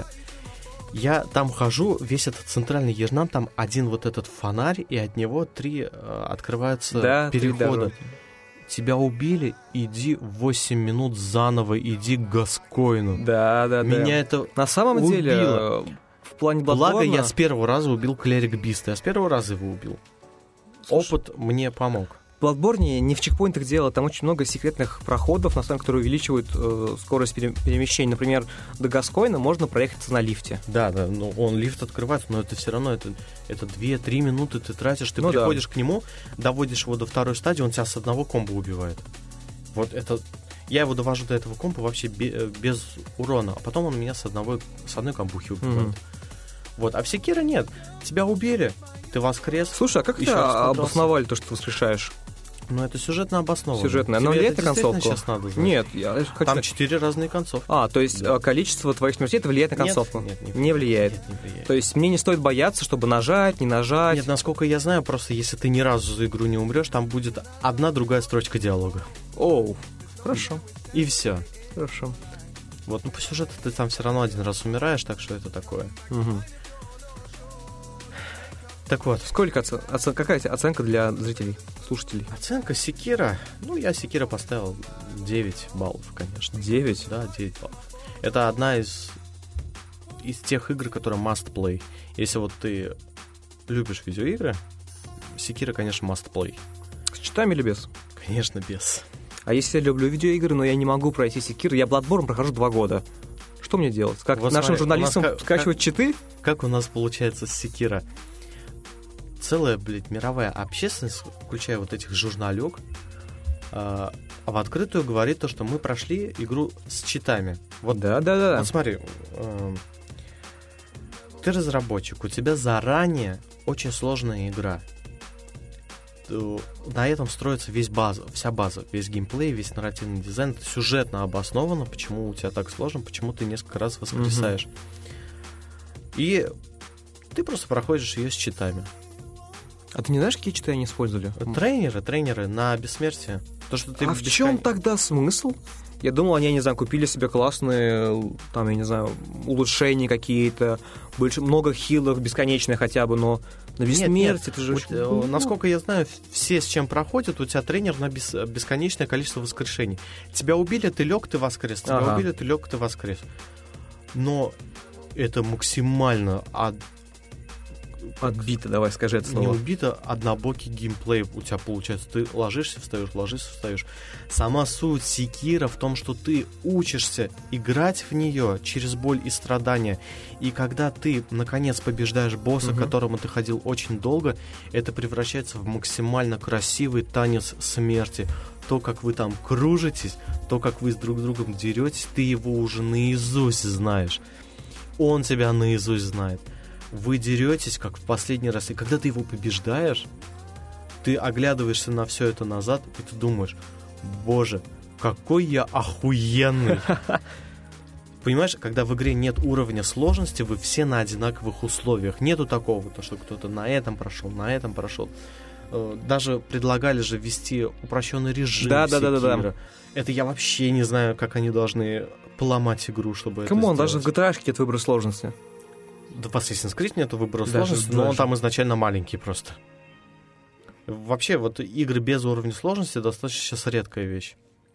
Я там хожу, весь этот центральный Ернам, там один вот этот фонарь, и от него 3 открываются перехода. Тебя убили, иди 8 минут заново, иди к Гаскоину. Да. Меня это на самом убило. Деле, в плане Bloodborne... Благо, я с первого раза убил Клерик Биста. Я с первого раза его убил. Опыт мне помог. В Bloodborne не в чекпоинтах дело, там очень много секретных проходов, на самом деле, которые увеличивают скорость перемещения. Например, до Гаскоина можно проехать на лифте. Да, он лифт открывается, но это все равно это 2-3 минуты ты тратишь, ты приходишь к нему, доводишь его до второй стадии, он тебя с одного комбо убивает. Вот это... Я его довожу до этого комбо вообще без урона, а потом он меня с одной комбухи убивает. Вот, а в Sekiro нет. Тебя убили, ты воскрес. Слушай, а как ты обосновали то, что ты воскрешаешь? Ну, это сюжетно обосновано. Сюжетно. Но влияет на концовку? Сейчас надо знать. Нет, там 4 разные концовки. То есть количество твоих смертей это влияет на концовку? Нет, не влияет. Нет, не влияет. То есть мне не стоит бояться, чтобы нажать, не нажать? Нет, насколько я знаю, просто если ты ни разу за игру не умрешь, там будет одна другая строчка диалога. Оу, хорошо. И все. Хорошо. Вот, по сюжету ты там все равно один раз умираешь, так что это такое. Так вот. Сколько какая оценка для зрителей, слушателей? Оценка Sekiro. Я Sekiro поставил 9 баллов, конечно. 9? Да, 9 баллов. Это одна из тех игр, которые must play. Если вот ты любишь видеоигры, Sekiro, конечно, must play. С читами или без? Конечно, без. А если я люблю видеоигры, но я не могу пройти Sekiro, я Bloodborne прохожу 2 года. Что мне делать? Как вот нашим журналистам скачивать читы? Как у нас получается с Sekiro? Целая, мировая общественность, включая вот этих журналюк, в открытую говорит то, что мы прошли игру с читами. Вот, да. Вот смотри, ты разработчик, у тебя заранее очень сложная игра. На этом строится вся база, весь геймплей, весь нарративный дизайн. Это сюжетно обосновано, почему у тебя так сложно, почему ты несколько раз воскресаешь. И ты просто проходишь ее с читами. А ты не знаешь, какие читы они использовали? Тренеры на бессмертие. То, что ты в чем тогда смысл Я думал, они, я не знаю, купили себе классные, там, я не знаю, улучшения какие-то, много хилов, бесконечные хотя бы, но на бессмертие это же... Насколько я знаю, все, с чем проходят, у тебя тренер на бесконечное количество воскрешений. Тебя убили, ты лег, ты воскрес. Тебя убили, ты лег, ты воскрес. Но это максимально отбито, давай скажи это слово. Не убито, однобокий геймплей у тебя получается. Ты ложишься, встаешь. Сама суть Секиро в том, что ты учишься играть в нее через боль и страдания. И когда ты, наконец, побеждаешь босса, к которому ты ходил очень долго, это превращается в максимально красивый танец смерти. То, как вы там кружитесь, то, как вы с друг другом деретесь, ты его уже наизусть знаешь. Он тебя наизусть знает. Вы деретесь, как в последний раз. И когда ты его побеждаешь, ты оглядываешься на все это назад, и ты думаешь: боже, какой я охуенный. Понимаешь, когда в игре нет уровня сложности, вы все на одинаковых условиях. Нету такого, то, что кто-то на этом прошел. Даже предлагали же ввести упрощенный режим. Да. Это я вообще не знаю, как они должны поломать игру, чтобы это сделать. Даже в GTA нет выбора сложности. Да, в Assassin's Creed нету выбора сложности, но он там изначально маленький просто. Вообще, вот игры без уровня сложности достаточно сейчас редкая вещь.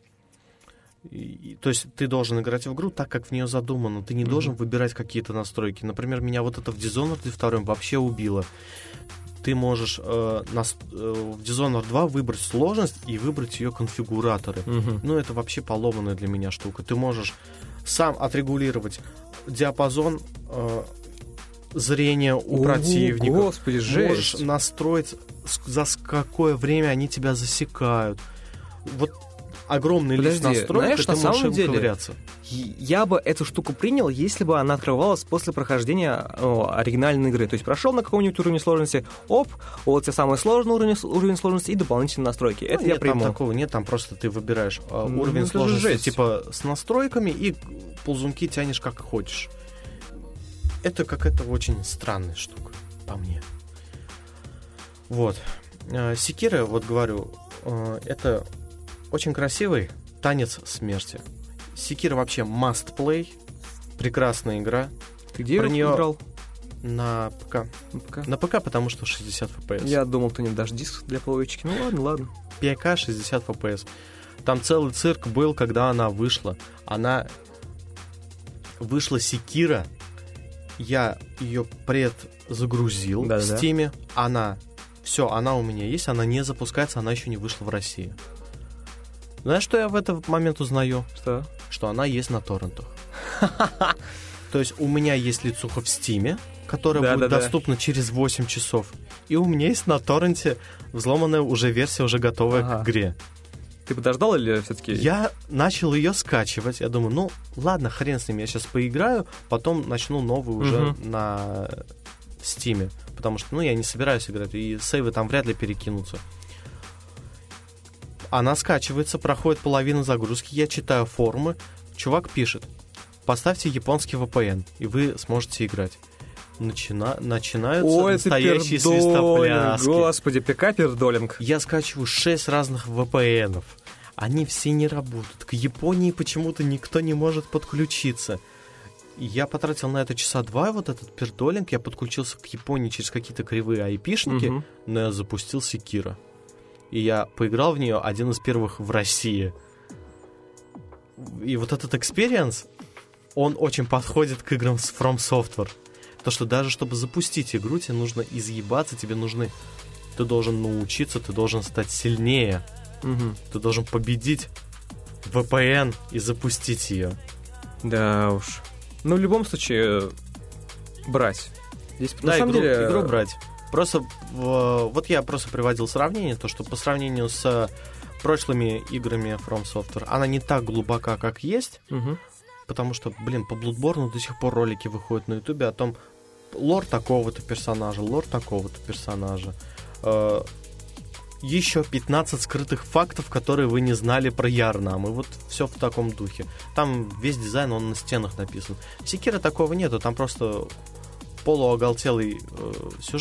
То есть ты должен играть в игру так, как в нее задумано. Ты не должен выбирать какие-то настройки. Например, меня вот это в Dishonored 2 вообще убило. Ты можешь в Dishonored 2 выбрать сложность и выбрать ее конфигураторы. Ну, это вообще поломанная для меня штука. Ты можешь сам отрегулировать диапазон зрения у противника. Господи, жесть. Можешь настроить, за какое время они тебя засекают. Вот огромный лист настроек, и ты можешь им ковыряться. Я бы эту штуку принял, если бы она открывалась после прохождения оригинальной игры. То есть прошел на каком-нибудь уровне сложности, вот те самые сложный уровень сложности и дополнительные настройки. Это я приму. Там такого нет, там просто ты выбираешь уровень сложности типа с настройками и ползунки тянешь как хочешь. Это какая-то очень странная штука, по мне. Вот. Секиро, вот говорю, это очень красивый танец смерти. Секиро вообще must play. Прекрасная игра. Ты где играл? На ПК. На ПК, потому что 60 FPS. Я думал, ты не дашь диск для половички. Ну ладно. ПК 60 FPS. Там целый цирк был, когда она вышла. Она вышла Секиро. Я ее предзагрузил в Стиме. Она у меня есть, она не запускается, она еще не вышла в России. Знаешь, что я в этот момент узнаю? Что? Что она есть на торрентах. То есть у меня есть лицуха в Стиме, которая будет доступна через 8 часов. И у меня есть на торренте взломанная уже версия, уже готовая к игре. Ты подождал или все-таки... Я начал ее скачивать. Я думаю, ну, ладно, хрен с ним, я сейчас поиграю, потом начну новую уже на Стиме. Потому что, я не собираюсь играть, и сейвы там вряд ли перекинутся. Она скачивается, проходит половина загрузки, я читаю форумы, чувак пишет: поставьте японский VPN, и вы сможете играть. Начинаются настоящие свистопляски. Господи, ПК-пердолинг. Я скачиваю 6 разных VPN-ов. Они все не работают. К Японии почему-то никто не может подключиться. Я потратил на это часа 2, вот этот пердолинг. Я подключился к Японии через какие-то кривые айпишники, но я запустил Секиро. И я поиграл в нее один из первых в России. И вот этот экспириенс, он очень подходит к играм с From Software. То, что даже чтобы запустить игру, тебе нужно изъебаться, ты должен научиться, ты должен стать сильнее. Ты должен победить VPN и запустить ее. Да уж. Но в любом случае брать. Здесь, да, на самом деле... игру брать. Просто вот я просто приводил сравнение, то, что по сравнению с прошлыми играми From Software, она не так глубока, как есть, потому что, по Bloodborne до сих пор ролики выходят на Ютубе о том, лор такого-то персонажа, еще 15 скрытых фактов, которые вы не знали про Ярнам. И вот все в таком духе. Там весь дизайн, он на стенах написан. В Секиро такого нету, там просто полуоголтелый сюжет,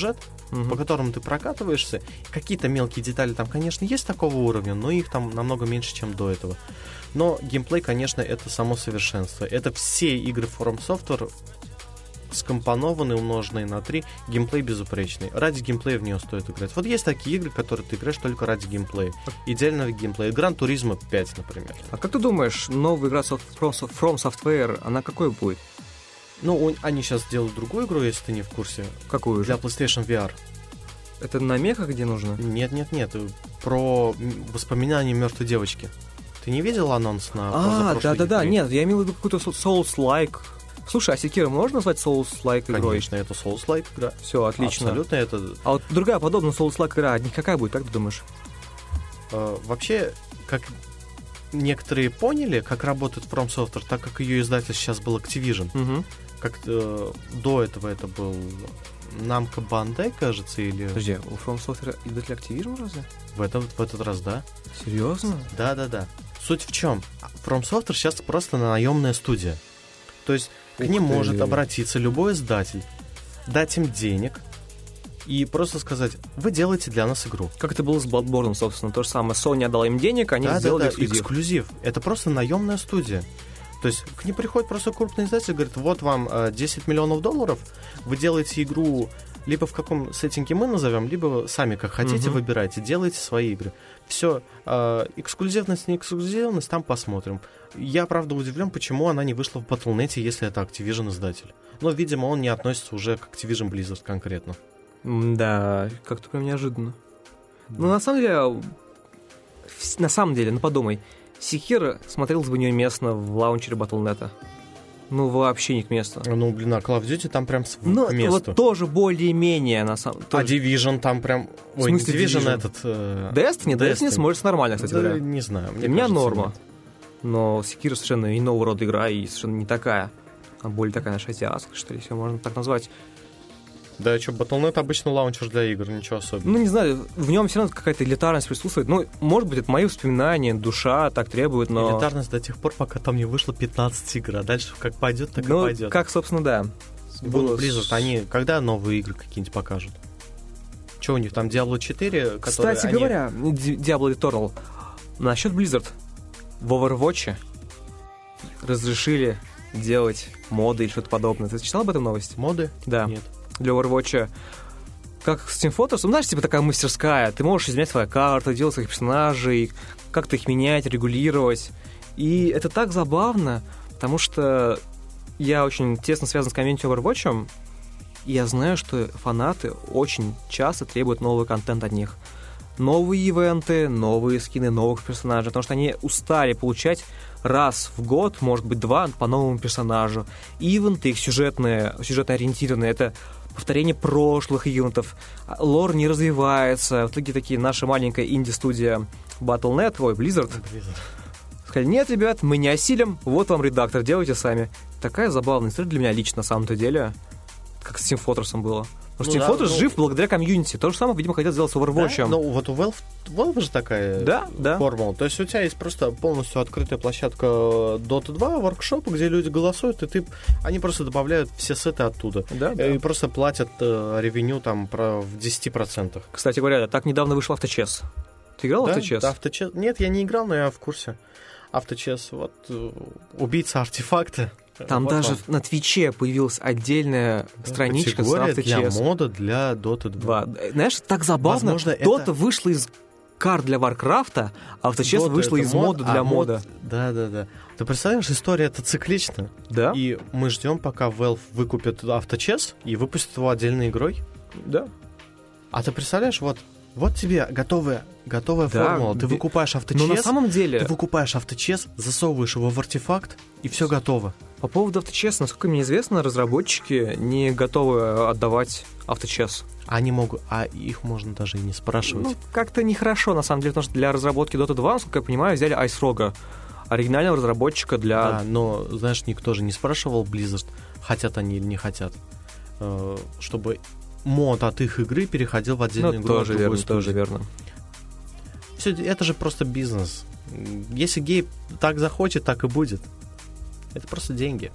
по которым ты прокатываешься. Какие-то мелкие детали там, конечно, есть такого уровня, но их там намного меньше, чем до этого. Но геймплей, конечно, это само совершенство. Это все игры From Software скомпонованы, умноженные на 3, геймплей безупречный. Ради геймплея в нее стоит играть. Вот есть такие игры, которые ты играешь только ради геймплея. Идеального геймплея. Gran Turismo 5, например. А как ты думаешь, новая игра From Software, она какой будет? Ну, они сейчас делают другую игру, если ты не в курсе. Какую Для же? PlayStation VR. Это на мехах где нужно? Нет. Про воспоминания мертвой девочки. Ты не видел анонс на позапрошлой да. E3? Нет, я имел в виду какую-то Souls-like. Слушай, а Sekiro можно назвать Souls-like игрой? Конечно, это Souls-like игра. Все, отлично. Абсолютно это... А вот другая подобная Souls-like игра, какая будет, как ты думаешь? Вообще, как некоторые поняли, как работает From Software, так как ее издатель сейчас был Activision. Угу. Как до этого это был Namco Bandai, кажется, или... Подожди, у From Software издатель Activision разве? В этот раз, да. Серьезно? Да. Суть в чем? From Software сейчас просто наемная студия. То есть к ним может обратиться любой издатель, дать им денег и просто сказать: вы делаете для нас игру. Как это было с Bloodborne, собственно. То же самое. Sony отдала им денег, они сделали эксклюзив. Это просто наемная студия. То есть к ним приходит просто крупный издатель и говорит: вот вам $10 миллионов, вы делаете игру либо в каком сеттинге мы назовем, либо сами как хотите выбирайте, делайте свои игры. Все, эксклюзивность, не эксклюзивность, там посмотрим. Я, правда, удивлен, почему она не вышла в Battle.net, если это Activision издатель. Но, видимо, он не относится уже к Activision Blizzard конкретно. Да, как-то прям неожиданно. Ну, на самом деле, подумай, Sekiro смотрелось бы неуместно в лаунчере Battle.net. Ну, вообще не к месту. Ну, блин, а Call of Duty там прям к месту. Вот тоже более-менее, на самом деле. А Division там прям... Ой, не Division этот... Destiny смотрится нормально, кстати говоря. Не знаю. Для меня норма. Нет. Но Sekiro совершенно иного рода игра и совершенно не такая. А более такая наша азиатская, что ли, если можно так назвать. Да, что, Battle.net обычно лаунчер для игр, ничего особенного. Ну, не знаю, в нем все равно какая-то элитарность присутствует. Ну, может быть, это мои воспоминания, душа так требует, но... Элитарность до тех пор, пока там не вышло 15 игр, а дальше как пойдет, так и пойдет. Ну, как, собственно, да. Blizzard, они когда новые игры какие-нибудь покажут? Что у них там, Diablo 4? Кстати говоря, Diablo Eternal, насчет Blizzard, в Overwatch разрешили делать моды или что-то подобное. Ты читал об этом новость? Моды? Да. Нет. Для Overwatch, как с Team Fortress, знаешь, типа такая мастерская. Ты можешь изменять свои карты, делать своих персонажей, как-то их менять, регулировать. И это так забавно, потому что я очень тесно связан с комьюнити Overwatch, и я знаю, что фанаты очень часто требуют новый контент от них. Новые ивенты, новые скины новых персонажей, потому что они устали получать раз в год, может быть, 2 по новому персонажу. Ивенты их сюжетно ориентированные, это повторение прошлых ивентов. Лор не развивается. В итоге такие наша маленькая инди-студия Battle.net, Blizzard, сказали: нет, ребят, мы не осилим, вот вам редактор, делайте сами. Такая забавная история для меня лично, на самом-то деле, как с Team Fortress было. Потому что Team Fortress жив благодаря комьюнити. То же самое, видимо, хотел сделать с Overwatch. Да? Ну, вот у Valve же такая формула. То есть у тебя есть просто полностью открытая площадка Dota 2, воркшоп, где люди голосуют, и они просто добавляют все сеты оттуда. И просто платят ревеню там в 10%. Кстати говоря, так недавно вышел авточес. Ты играл в авточес? Да, авточес. Нет, я не играл, но я в курсе. Авточес, вот, убийца артефакта. Там вот даже на Твиче появилась отдельная страничка с авточес. Для мода для Dota 2. Знаешь, так забавно. Возможно, Dota вышла из карт для Варкрафта, а авточес вышла из мода для мода. Да. Ты представляешь, история-то циклична. Да. И мы ждем, пока Valve выкупит авточес и выпустит его отдельной игрой. Да. А ты представляешь, вот тебе готовая формула. Ты выкупаешь авточес. Но на самом деле... Ты выкупаешь авточес, засовываешь его в артефакт, и все готово. По поводу авточеса, насколько мне известно, разработчики не готовы отдавать авточес. Они могут, а их можно даже и не спрашивать. Ну, как-то нехорошо, на самом деле, потому что для разработки Dota 2, насколько я понимаю, взяли Ice-Rogue, оригинального разработчика для... Да, но, знаешь, никто же не спрашивал Blizzard, хотят они или не хотят, чтобы мод от их игры переходил в отдельную игру. Тоже верно. Все, это же просто бизнес. Если Гейб так захочет, так и будет. Это просто деньги.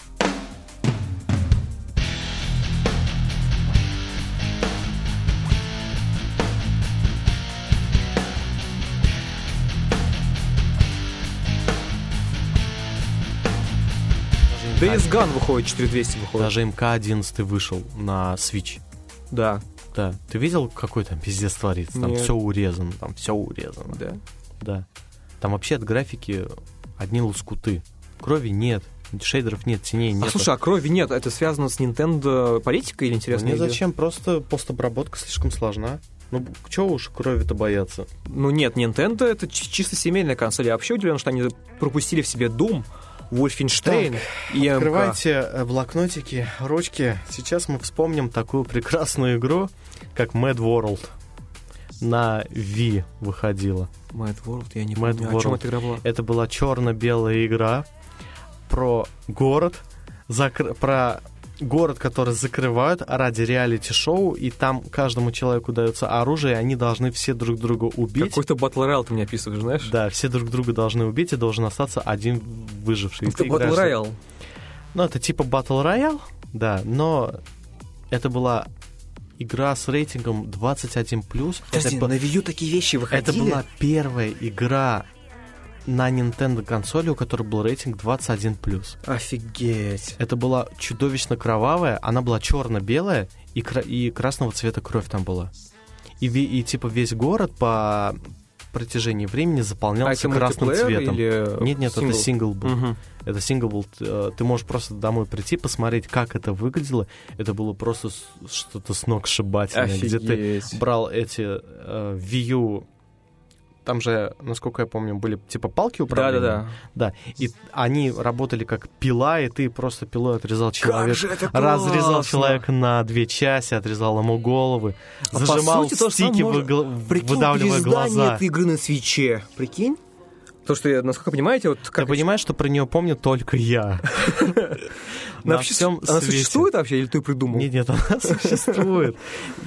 Days Gone выходит, 4200 выходит. Даже МК-11 вышел на Switch. Да. Да. Ты видел, какой там пиздец творится? Там все урезано, Да. Да. Там вообще от графики одни лоскуты. Крови нет, шейдеров нет, теней нет. Слушай, а крови нет, это связано с Nintendo политикой или интересно? Нет, зачем? Просто постобработка слишком сложна. Ну, чего уж крови-то бояться? Ну нет, Nintendo это чисто семейная консоль. Я вообще удивлен, что они пропустили в себе Doom, Wolfenstein и Открывайте блокнотики, ручки. Сейчас мы вспомним такую прекрасную игру, как Mad World. На Wii выходила. Mad World, я не помню, о чем эта игра была. Это была черно-белая игра про город, про город, который закрывают ради реалити-шоу, и там каждому человеку дается оружие, и они должны все друг друга убить. Какой-то Battle Royale ты мне описываешь, знаешь? Да, все друг друга должны убить, и должен остаться один выживший. Это Battle Royale. Ну, это типа Battle Royale, да, но это была игра с рейтингом 21+. Подожди, на Wii U такие вещи выходили? Это была первая игра на Nintendo консоли, у которой был рейтинг 21+. Офигеть. Это была чудовищно кровавая, она была черно-белая, и красного цвета кровь там была. И типа весь город по протяжении времени заполнялся красным цветом. Нет, это сингл был. Угу. Это сингл был. Ты можешь просто домой прийти, посмотреть, как это выглядело. Это было просто что-то сногсшибательное. Где ты брал эти Wii U. Там же, насколько я помню, были типа палки управления. Да. И они работали как пила, и ты просто пилой отрезал человека. Разрезал человека на 2 части, отрезал ему головы, зажимал стики, выдавливая глаза. Этой игры на свитче. Прикинь? То, что я, насколько понимаете, вот... Ты понимаешь, что про нее помню только я. Она существует вообще, или ты придумал? Нет, она существует.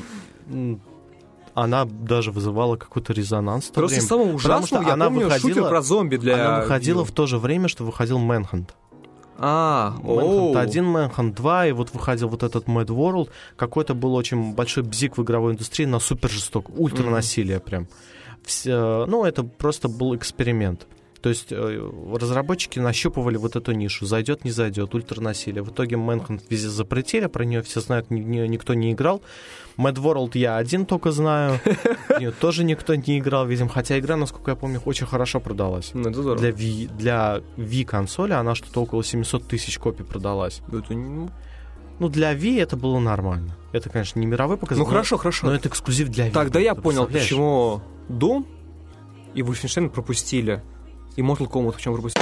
Она даже вызывала какой-то резонанс в то время. Просто самое ужасное, я помню, шутер про зомби для... Она выходила в то же время, что выходил Manhunt. Manhunt 1, Manhunt 2, и вот выходил вот этот Mad World. Какой-то был очень большой бзик в игровой индустрии на супер жесток, ультранасилие прям. Ну, это просто был эксперимент. То есть разработчики нащупывали вот эту нишу. Зайдет, не зайдет, ультранасилие. В итоге Manhunt везде запретили, про нее все знают, никто не играл. Mad World я один только знаю. Ее тоже никто не играл, видимо. Хотя игра, насколько я помню, очень хорошо продалась. Ну, это здорово. Для Wii консоли она что-то около 700 тысяч копий продалась. Это не... Ну, для Wii это было нормально. Это, конечно, не мировой показатель. Ну, хорошо. Но это эксклюзив для Wii. Тогда я понял, почему Doom и Wolfenstein пропустили. И Mortal Kombat в чем пропустили.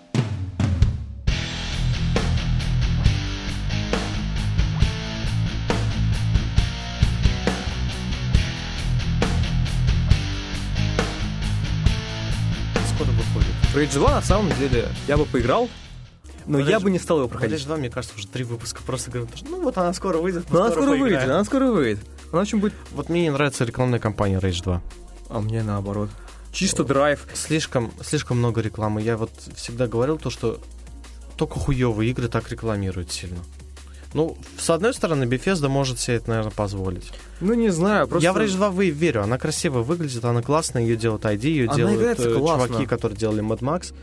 Скоро выходит. Rage 2, на самом деле, я бы поиграл, но я бы не стал его проходить. Rage 2, мне кажется, уже 3 выпуска просто говорят, что ну вот она скоро выйдет, она скоро выйдет. Она очень будет... Вот мне не нравится рекламная кампания Rage 2. А мне наоборот. Чисто драйв. Слишком много рекламы. Я вот всегда говорил то, что только хуёвые игры так рекламируют сильно. Ну, с одной стороны, Bethesda может себе это, наверное, позволить. Ну, не знаю, просто... Я в Rage 2 верю. Она красиво выглядит, она классная, ее делают ID, ее делают чуваки, которые делали Mad Max.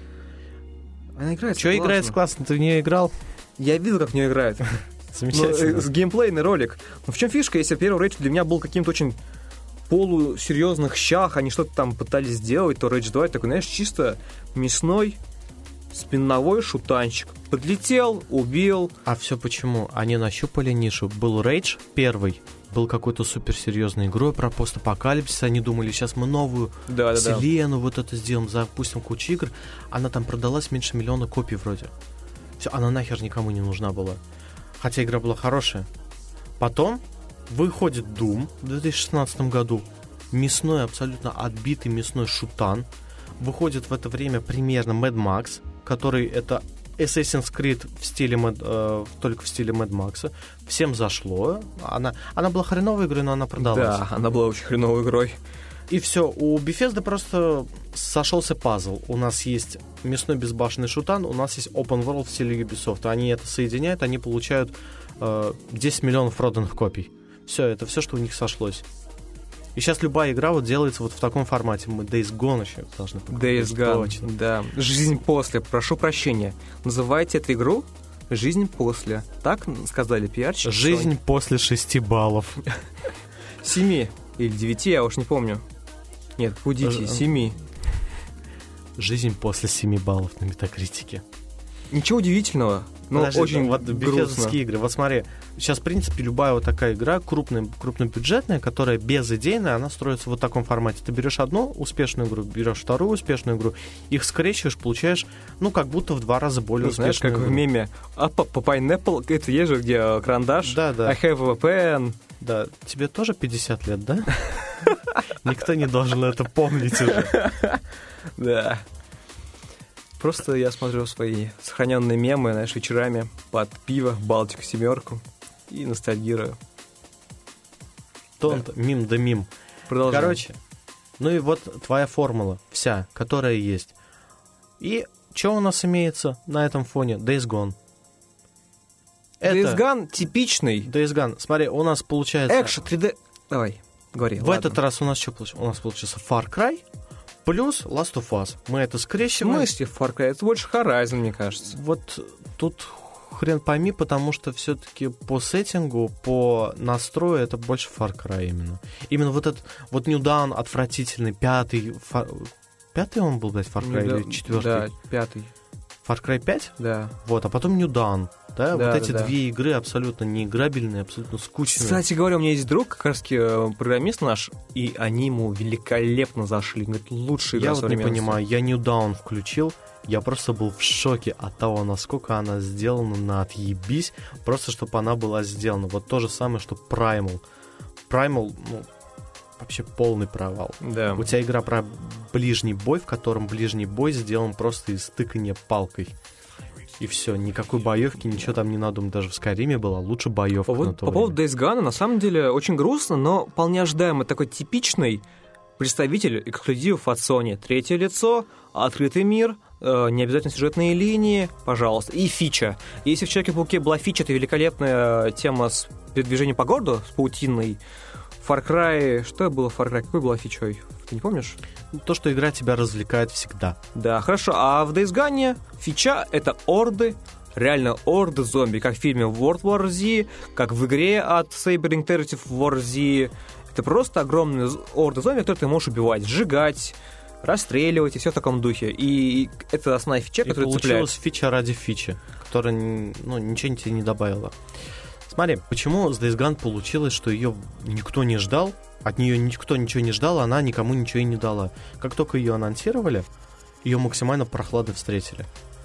Она играется классно. Что играется классно? Ты в нее играл? Я видел, как в нее играют. Замечательно. С геймплейный ролик. Но в чем фишка, если первый Rage для меня был каким-то очень полусерьезных щах, они что-то там пытались сделать, то Rage 2 такой, знаешь, чисто мясной спинновой шутанчик. Подлетел, убил. А все почему? Они нащупали нишу. Был Rage первый, был какой-то суперсерьезной игрой про постапокалипсис. Они думали, сейчас мы новую вселенную вот это сделаем, запустим кучу игр. Она там продалась меньше 1 миллиона копий вроде. Все, она нахер никому не нужна была. Хотя игра была хорошая. Потом выходит Doom в 2016 году. Мясной, абсолютно отбитый мясной шутан. Выходит в это время примерно Mad Max, который это Assassin's Creed в стиле только в стиле Mad Max. Всем зашло. Она была хреновой игрой, но она продалась. Да, она была очень хреновой игрой. И все, у Bethesda просто сошелся пазл. У нас есть мясной безбашенный шутан, у нас есть open world в стиле Ubisoft. Они это соединяют, они получают 10 миллионов проданных копий. Все, это все, что у них сошлось. И сейчас любая игра вот делается вот в таком формате. Мы Days Gone еще должны показать. Days Gone, да. Жизнь после. Прошу прощения. Называйте эту игру жизнь после. Так сказали пиарщики. Жизнь после 6 баллов. 7 или 9, я уж не помню. Нет, пудите, 7. Жизнь после 7 баллов на Метакритике. Ничего удивительного, но Подожди, очень вот грустно. бефезовские игры. Вот смотри, сейчас, в принципе, любая вот такая игра, крупнобюджетная, которая безыдейная, она строится в вот таком формате. Ты берешь одну успешную игру, берешь вторую успешную игру, их скрещиваешь, получаешь, ну, как будто в 2 раза более успешную знаешь, как игру. в меме. А по Pineapple, это есть же, где карандаш. Да. I have a pen. Да, тебе тоже 50 лет, да? Никто не должен это помнить уже. Да. Просто я смотрю свои сохраненные мемы, знаешь, вечерами под пиво, Балтику, 7 и ностальгирую. Мим да мим. Продолжаем. Короче, ну и вот твоя формула вся, которая есть. И что у нас имеется на этом фоне? Days Gone. Days Gone типичный. Days Gone. Смотри, у нас получается... Экшен 3D... Давай, говори. В этот раз у нас что получилось? У нас получился Far Cry плюс Last of Us. Мы это скрещиваем. В смысле Far Cry? Это больше Horizon, мне кажется. Вот тут хрен пойми, потому что все-таки по сеттингу, по настрою это больше Far Cry именно. Именно вот этот вот New Dawn отвратительный, 5-й... 5-й он был, блядь, Far Cry или 4-й? Да, 5-й. Far Cry 5? Да. Вот, а потом New Dawn. Да, да, вот эти да. 2 игры абсолютно неиграбельные, абсолютно скучные. Кстати говоря, у меня есть друг, как раз программист наш, и они ему великолепно зашли. Говорит, лучшая игра я вот не современности. понимаю, я New Dawn включил, я просто был в шоке от того, насколько она сделана на отъебись, просто чтобы она была сделана. Вот то же самое, что Primal. Primal, ну, вообще полный провал. Да. У тебя игра про ближний бой, в котором ближний бой сделан просто из тыкания палкой. И все, никакой боевки, ничего там не надо. Даже в Скайриме была лучше боевка. По поводу Days Gone, на самом деле, очень грустно, но вполне ожидаемо. Такой типичный представитель эксклюзивов от Sony. 3-е лицо, открытый мир, не обязательно сюжетные линии, пожалуйста. И фича. Если в Человеке-пауке была фича, это великолепная тема с передвижением по городу, с паутиной. Far Cry... Что было в Far Cry? Какой была фичой? Ты не помнишь? То, что игра тебя развлекает всегда. Да, хорошо. А в Days Gone фича — это орды, реально орды зомби, как в фильме World War Z, как в игре от Saber Interactive War Z. Это просто огромные орды зомби, которые ты можешь убивать, сжигать, расстреливать и все в таком духе. И это основная фича, которая цепляет. Получилась фича ради фичи, которая, ну, ничего тебе не добавила. Смотри, почему с Days Gone получилось, что ее никто не ждал, от нее никто ничего не ждал, она никому ничего и не дала. Как только ее анонсировали, ее максимально прохладно встретили.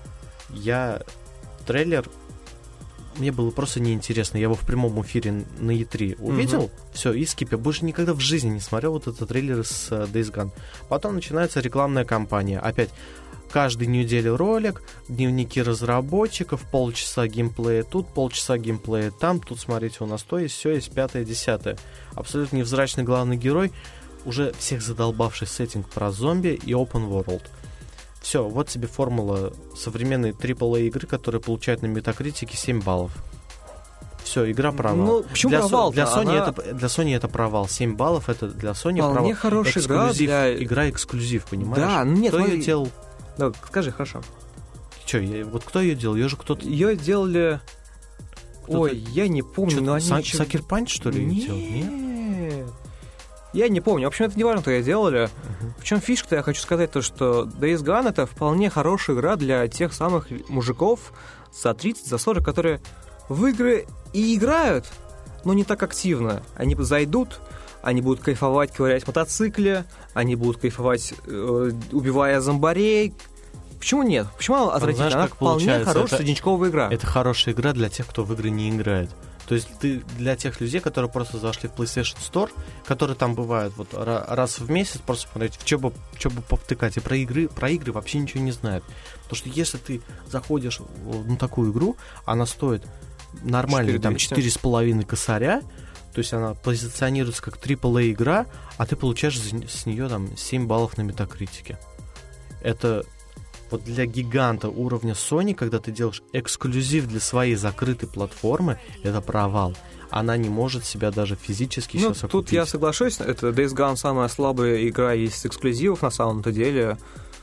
Трейлер, мне было просто неинтересно. Я его в прямом эфире на E3 увидел, все, и скип. Я больше никогда в жизни не смотрел вот этот трейлер с Days Gone. Потом начинается рекламная кампания. Опять каждую неделю ролик, дневники разработчиков, полчаса геймплея тут, полчаса геймплея там, тут, смотрите, у нас то есть, все есть, 5-е, 10-е. Абсолютно невзрачный главный герой, уже всех задолбавший сеттинг про зомби и open world. Все, вот тебе формула современной AAA игры, которая получает на Метакритике 7 баллов. Все, игра провал. Ну, почему провал? Для Sony это провал. 7 баллов это для Sony провал. Вполне хорошая Игра эксклюзив, понимаешь? Да, нет, кто ее делал? Да, скажи, хорошо. Вот кто ее делал? Ее же кто-то... Ее делали... Ой, я не помню, но они... Сакер Панч, что ли, ее делал? Нет. Я не помню. В общем, это не важно, кто ее делали. Причем фишка-то я хочу сказать то, что Days Gone — это вполне хорошая игра для тех самых мужиков за 30, за 40, которые в игры и играют, но не так активно. Они зайдут, они будут кайфовать, ковырять в мотоцикле, они будут кайфовать, убивая зомбарей. Почему нет? Почему она отвратительная? Она вполне хорошая среднячковая игра. Это хорошая игра для тех, кто в игры не играет. То есть ты для тех людей, которые просто зашли в PlayStation Store, которые там бывают вот раз в месяц, просто смотреть, в что бы повтыкать. И про игры вообще ничего не знают. Потому что если ты заходишь на такую игру, она стоит нормально там 4,5 косаря, то есть она позиционируется как AAA игра, а ты получаешь с нее там 7 баллов на Метакритике. Это вот для гиганта уровня Sony, когда ты делаешь эксклюзив для своей закрытой платформы, это провал. Она не может себя даже физически сейчас окупить. Тут я соглашусь, это Days Gone самая слабая игра из эксклюзивов на самом-то деле.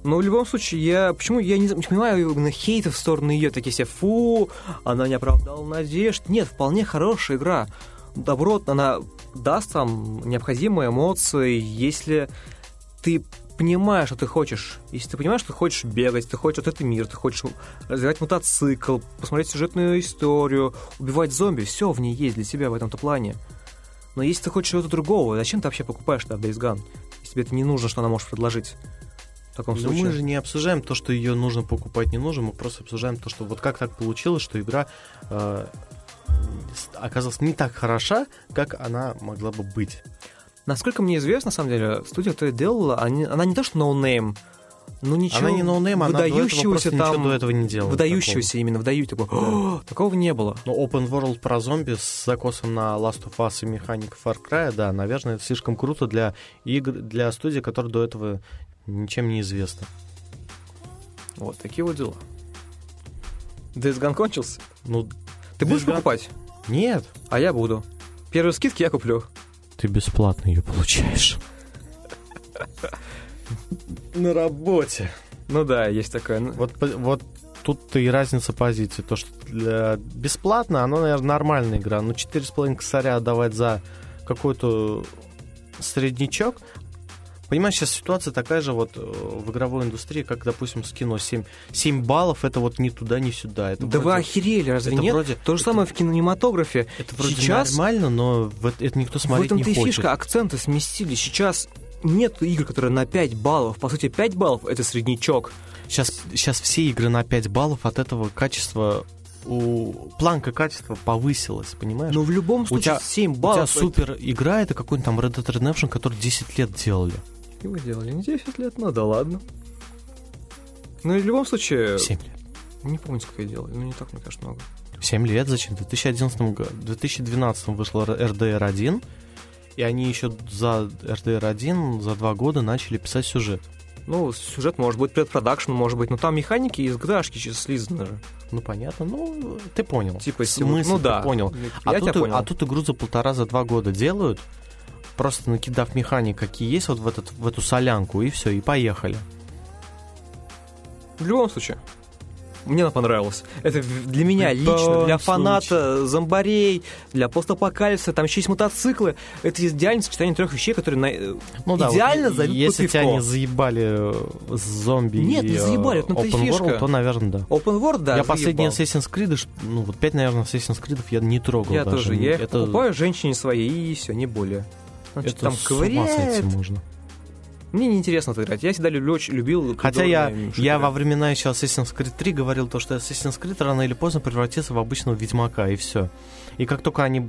Но в любом случае, почему я не понимаю именно хейта в сторону ее, такие все, фу, она не оправдала надежд. Нет, вполне хорошая игра. Наоборот, она даст вам необходимые эмоции, если ты понимаешь, что ты хочешь. Если ты понимаешь, что ты хочешь бегать, ты хочешь вот этот мир, ты хочешь развивать мотоцикл, посмотреть сюжетную историю, убивать зомби, все в ней есть для тебя в этом-то плане. Но если ты хочешь чего-то другого, зачем ты вообще покупаешь тогда Days Gone? Если тебе это не нужно, что она может предложить? В таком случае. Мы же не обсуждаем то, что ее нужно покупать, не нужно, мы просто обсуждаем то, что вот как так получилось, что игра оказалась не так хороша, как она могла бы быть. Насколько мне известно, на самом деле, студия, которая делала, она не то что ноунейм, но ничего она не ноунейм, выдающегося она там, ничего до этого не делала. Выдающегося именно, такого не было. Но Open World про зомби с закосом на Last of Us и механик Far Cry, да, наверное, это слишком круто для игр, для студии, которая до этого ничем не известна. Вот такие вот дела. Days Gone кончился? Ну, ты будешь покупать? Нет. А я буду. Первые скидки я куплю. Ты бесплатно ее получаешь. На работе. Ну да, есть такое. Вот тут-то и разница позиций. То, что бесплатно, оно, наверное, нормальная игра. Но 4,5 косаря отдавать за какой-то среднячок. Понимаешь, сейчас ситуация такая же вот в игровой индустрии, как, допустим, с кино. 7 баллов — это вот ни туда, ни сюда. Это да вроде, вы охерели, разве нет? Вроде, то же самое в кинематографе. Это вроде сейчас нормально, но это никто смотреть не хочет. В этом-то и фишка, акценты сместили. Сейчас нет игр, которые на 5 баллов. По сути, 5 баллов — это среднячок. Сейчас все игры на 5 баллов, от этого качество... планка качества повысилась, понимаешь? Но в любом случае 7 баллов... У тебя супер игра, это какой-нибудь там Red Dead Redemption, который 10 лет делали. Его делали не 10 лет, ну да ладно. Ну и в любом случае... 7 лет. Не помню, сколько я делал, не так, мне кажется, много. 7 лет зачем? В 2012 вышла RDR 1, и они еще за RDR 1 за 2 года начали писать сюжет. Ну, сюжет может быть, предпродакшн может быть, но там механики из GTA-шки слизаны же. Ну, понятно, ты понял. Типа смысл, ну да. Ты понял. Понял. А тут игру за 1,5-2 года делают, просто накидав механик, какие есть вот в эту солянку, и все, и поехали. В любом случае, мне она понравилась. Это для меня лично, для фаната зомбарей, для постапокалипсиса, там еще есть мотоциклы. Это идеальное сочетание 3 вещей, которые идеально вот, зайдут если под пивко. Тебя не заебали зомби. Нет, не заебали, это Open фишка. World, то, наверное, да. Open World, да. Я последние Assassin's Creed, 5, наверное, Assassin's Creed я не трогал. Я даже. тоже. Я их покупаю женщине своей, и все, не более. Значит, это там ковыряет. можно. Мне неинтересно это играть. Я всегда любил... Хотя я во времена еще Assassin's Creed 3 говорил то, что Assassin's Creed рано или поздно превратится в обычного Ведьмака, и все. И как только они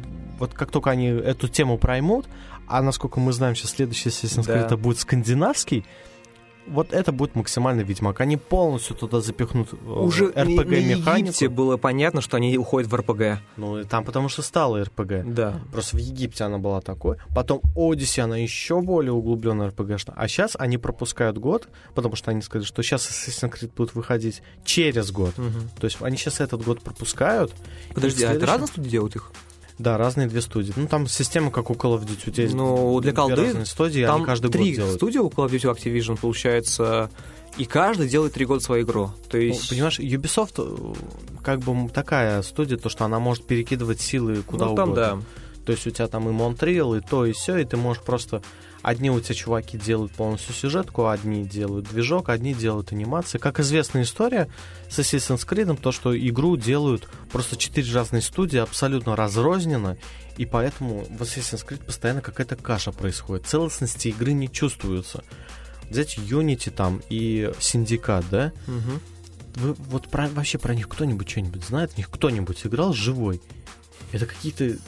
эту тему проймут, а насколько мы знаем, сейчас следующий Assassin's Creed будет скандинавский, вот это будет максимально Ведьмак. Они полностью туда запихнут уже RPG-механику. На Египте было понятно, что они уходят в RPG. Ну, там потому что стало RPG. Да. Просто в Египте она была такой. Потом Odyssey, она еще более углубленная RPG. А сейчас они пропускают год, потому что они сказали, что сейчас Assassin's Creed будет выходить через год. Угу. То есть они сейчас этот год пропускают. Подожди, а это разные студии делают их? Да, разные 2 студии. Ну, там система, как у Call of Duty. У тебя есть для колды разные студии, там они каждый 3 год делают. студии у Call of Duty Activision, получается, и каждый делает 3 года свою игру. То есть... понимаешь, Ubisoft как бы такая студия, то, что она может перекидывать силы куда угодно. Да. То есть у тебя там и Montreal, и то, и все, и ты можешь просто... Одни у тебя чуваки делают полностью сюжетку, одни делают движок, одни делают анимации. Как известная история с Assassin's Creed, то, что игру делают просто 4 разные студии, абсолютно разрозненно, и поэтому в Assassin's Creed постоянно какая-то каша происходит. Целостности игры не чувствуются. Взять Unity там и Syndicate, да? Угу. Вот вообще про них кто-нибудь что-нибудь знает? В них кто-нибудь играл живой? Это какие-то...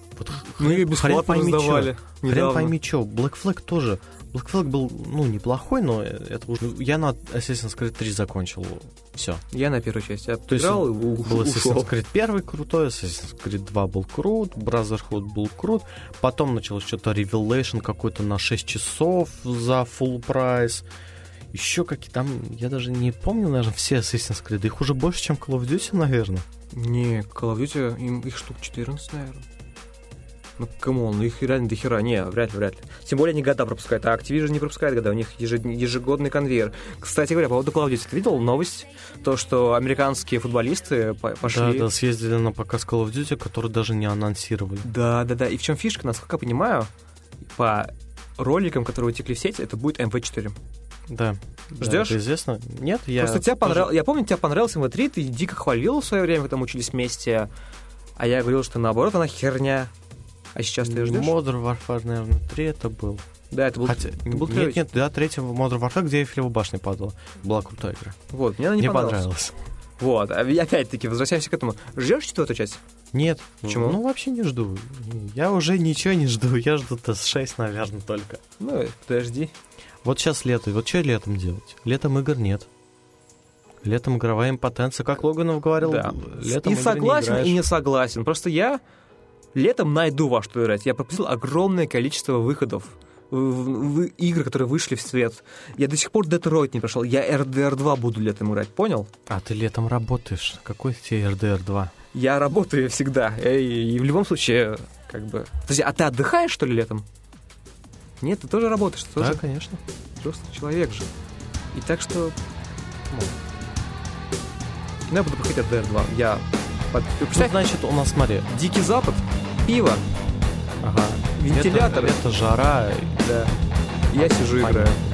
и бесплатно раздавали. Хрен пойми, что. Black Flag тоже. Black Flag был, неплохой, но это уже... Я на Assassin's Creed 3 закончил. Все. Я на первой части играл и был Assassin's Creed 1 крутой, Assassin's Creed 2 был крут, Brotherhood был крут. Потом началось что-то Revelation какой-то на 6 часов за full прайс. Еще какие там... Я даже не помню, наверное, все Assassin's Creed. Их уже больше, чем Call of Duty, наверное. Не, Call of Duty, их штук 14, наверное. Ну, камон, ну их реально дохера. Не, вряд ли. Тем более они года пропускают, а Activision не пропускает года, у них ежегодный конвейер. Кстати говоря, по поводу Call of Duty, ты видел новость? То, что американские футболисты пошли... Да, съездили на показ Call of Duty, который даже не анонсировали. Да. И в чем фишка, насколько я понимаю, по роликам, которые утекли в сеть, это будет МВ4. Да. Ждешь? Это известно? Нет, я... Просто тебе понравилось... Я помню, тебе понравился МВ3, ты дико хвалил в свое время, когда мы учились вместе, а я говорил, что наоборот, она херня. А сейчас ты ждешь? Modern Warfare, наверное, 3 это был. Да, это был... Нет, третьего Modern Warfare, где Эйфелева башня падала. Была крутая игра. Вот, мне она не понравилась. Вот, опять-таки, возвращаемся к этому. Ждешь четвертую часть? Нет. Почему? Ну, вообще не жду. Я уже ничего не жду. Я жду TS6, наверное, только. Ну, подожди. Вот сейчас лето. Вот что летом делать? Летом игр нет. Летом игровая импотенция. Как Логанов говорил, да. Летом и согласен, и не согласен. Просто я летом найду во что играть. Я пропустил огромное количество выходов в игры, которые вышли в свет. Я до сих пор Детройт не прошел. Я RDR 2 буду летом играть, понял? А ты летом работаешь. Какой тебе RDR 2? Я работаю всегда. И в любом случае, как бы... Подожди, а ты отдыхаешь, что ли, летом? Нет, ты тоже работаешь. Ты тоже... Да, конечно. Просто человек же. И так что... Я буду проходить RDR 2. Я... Представь, значит, у нас, смотри. Дикий Запад, пиво, Ага. вентилятор. Это жара. Да. Я сижу, играю.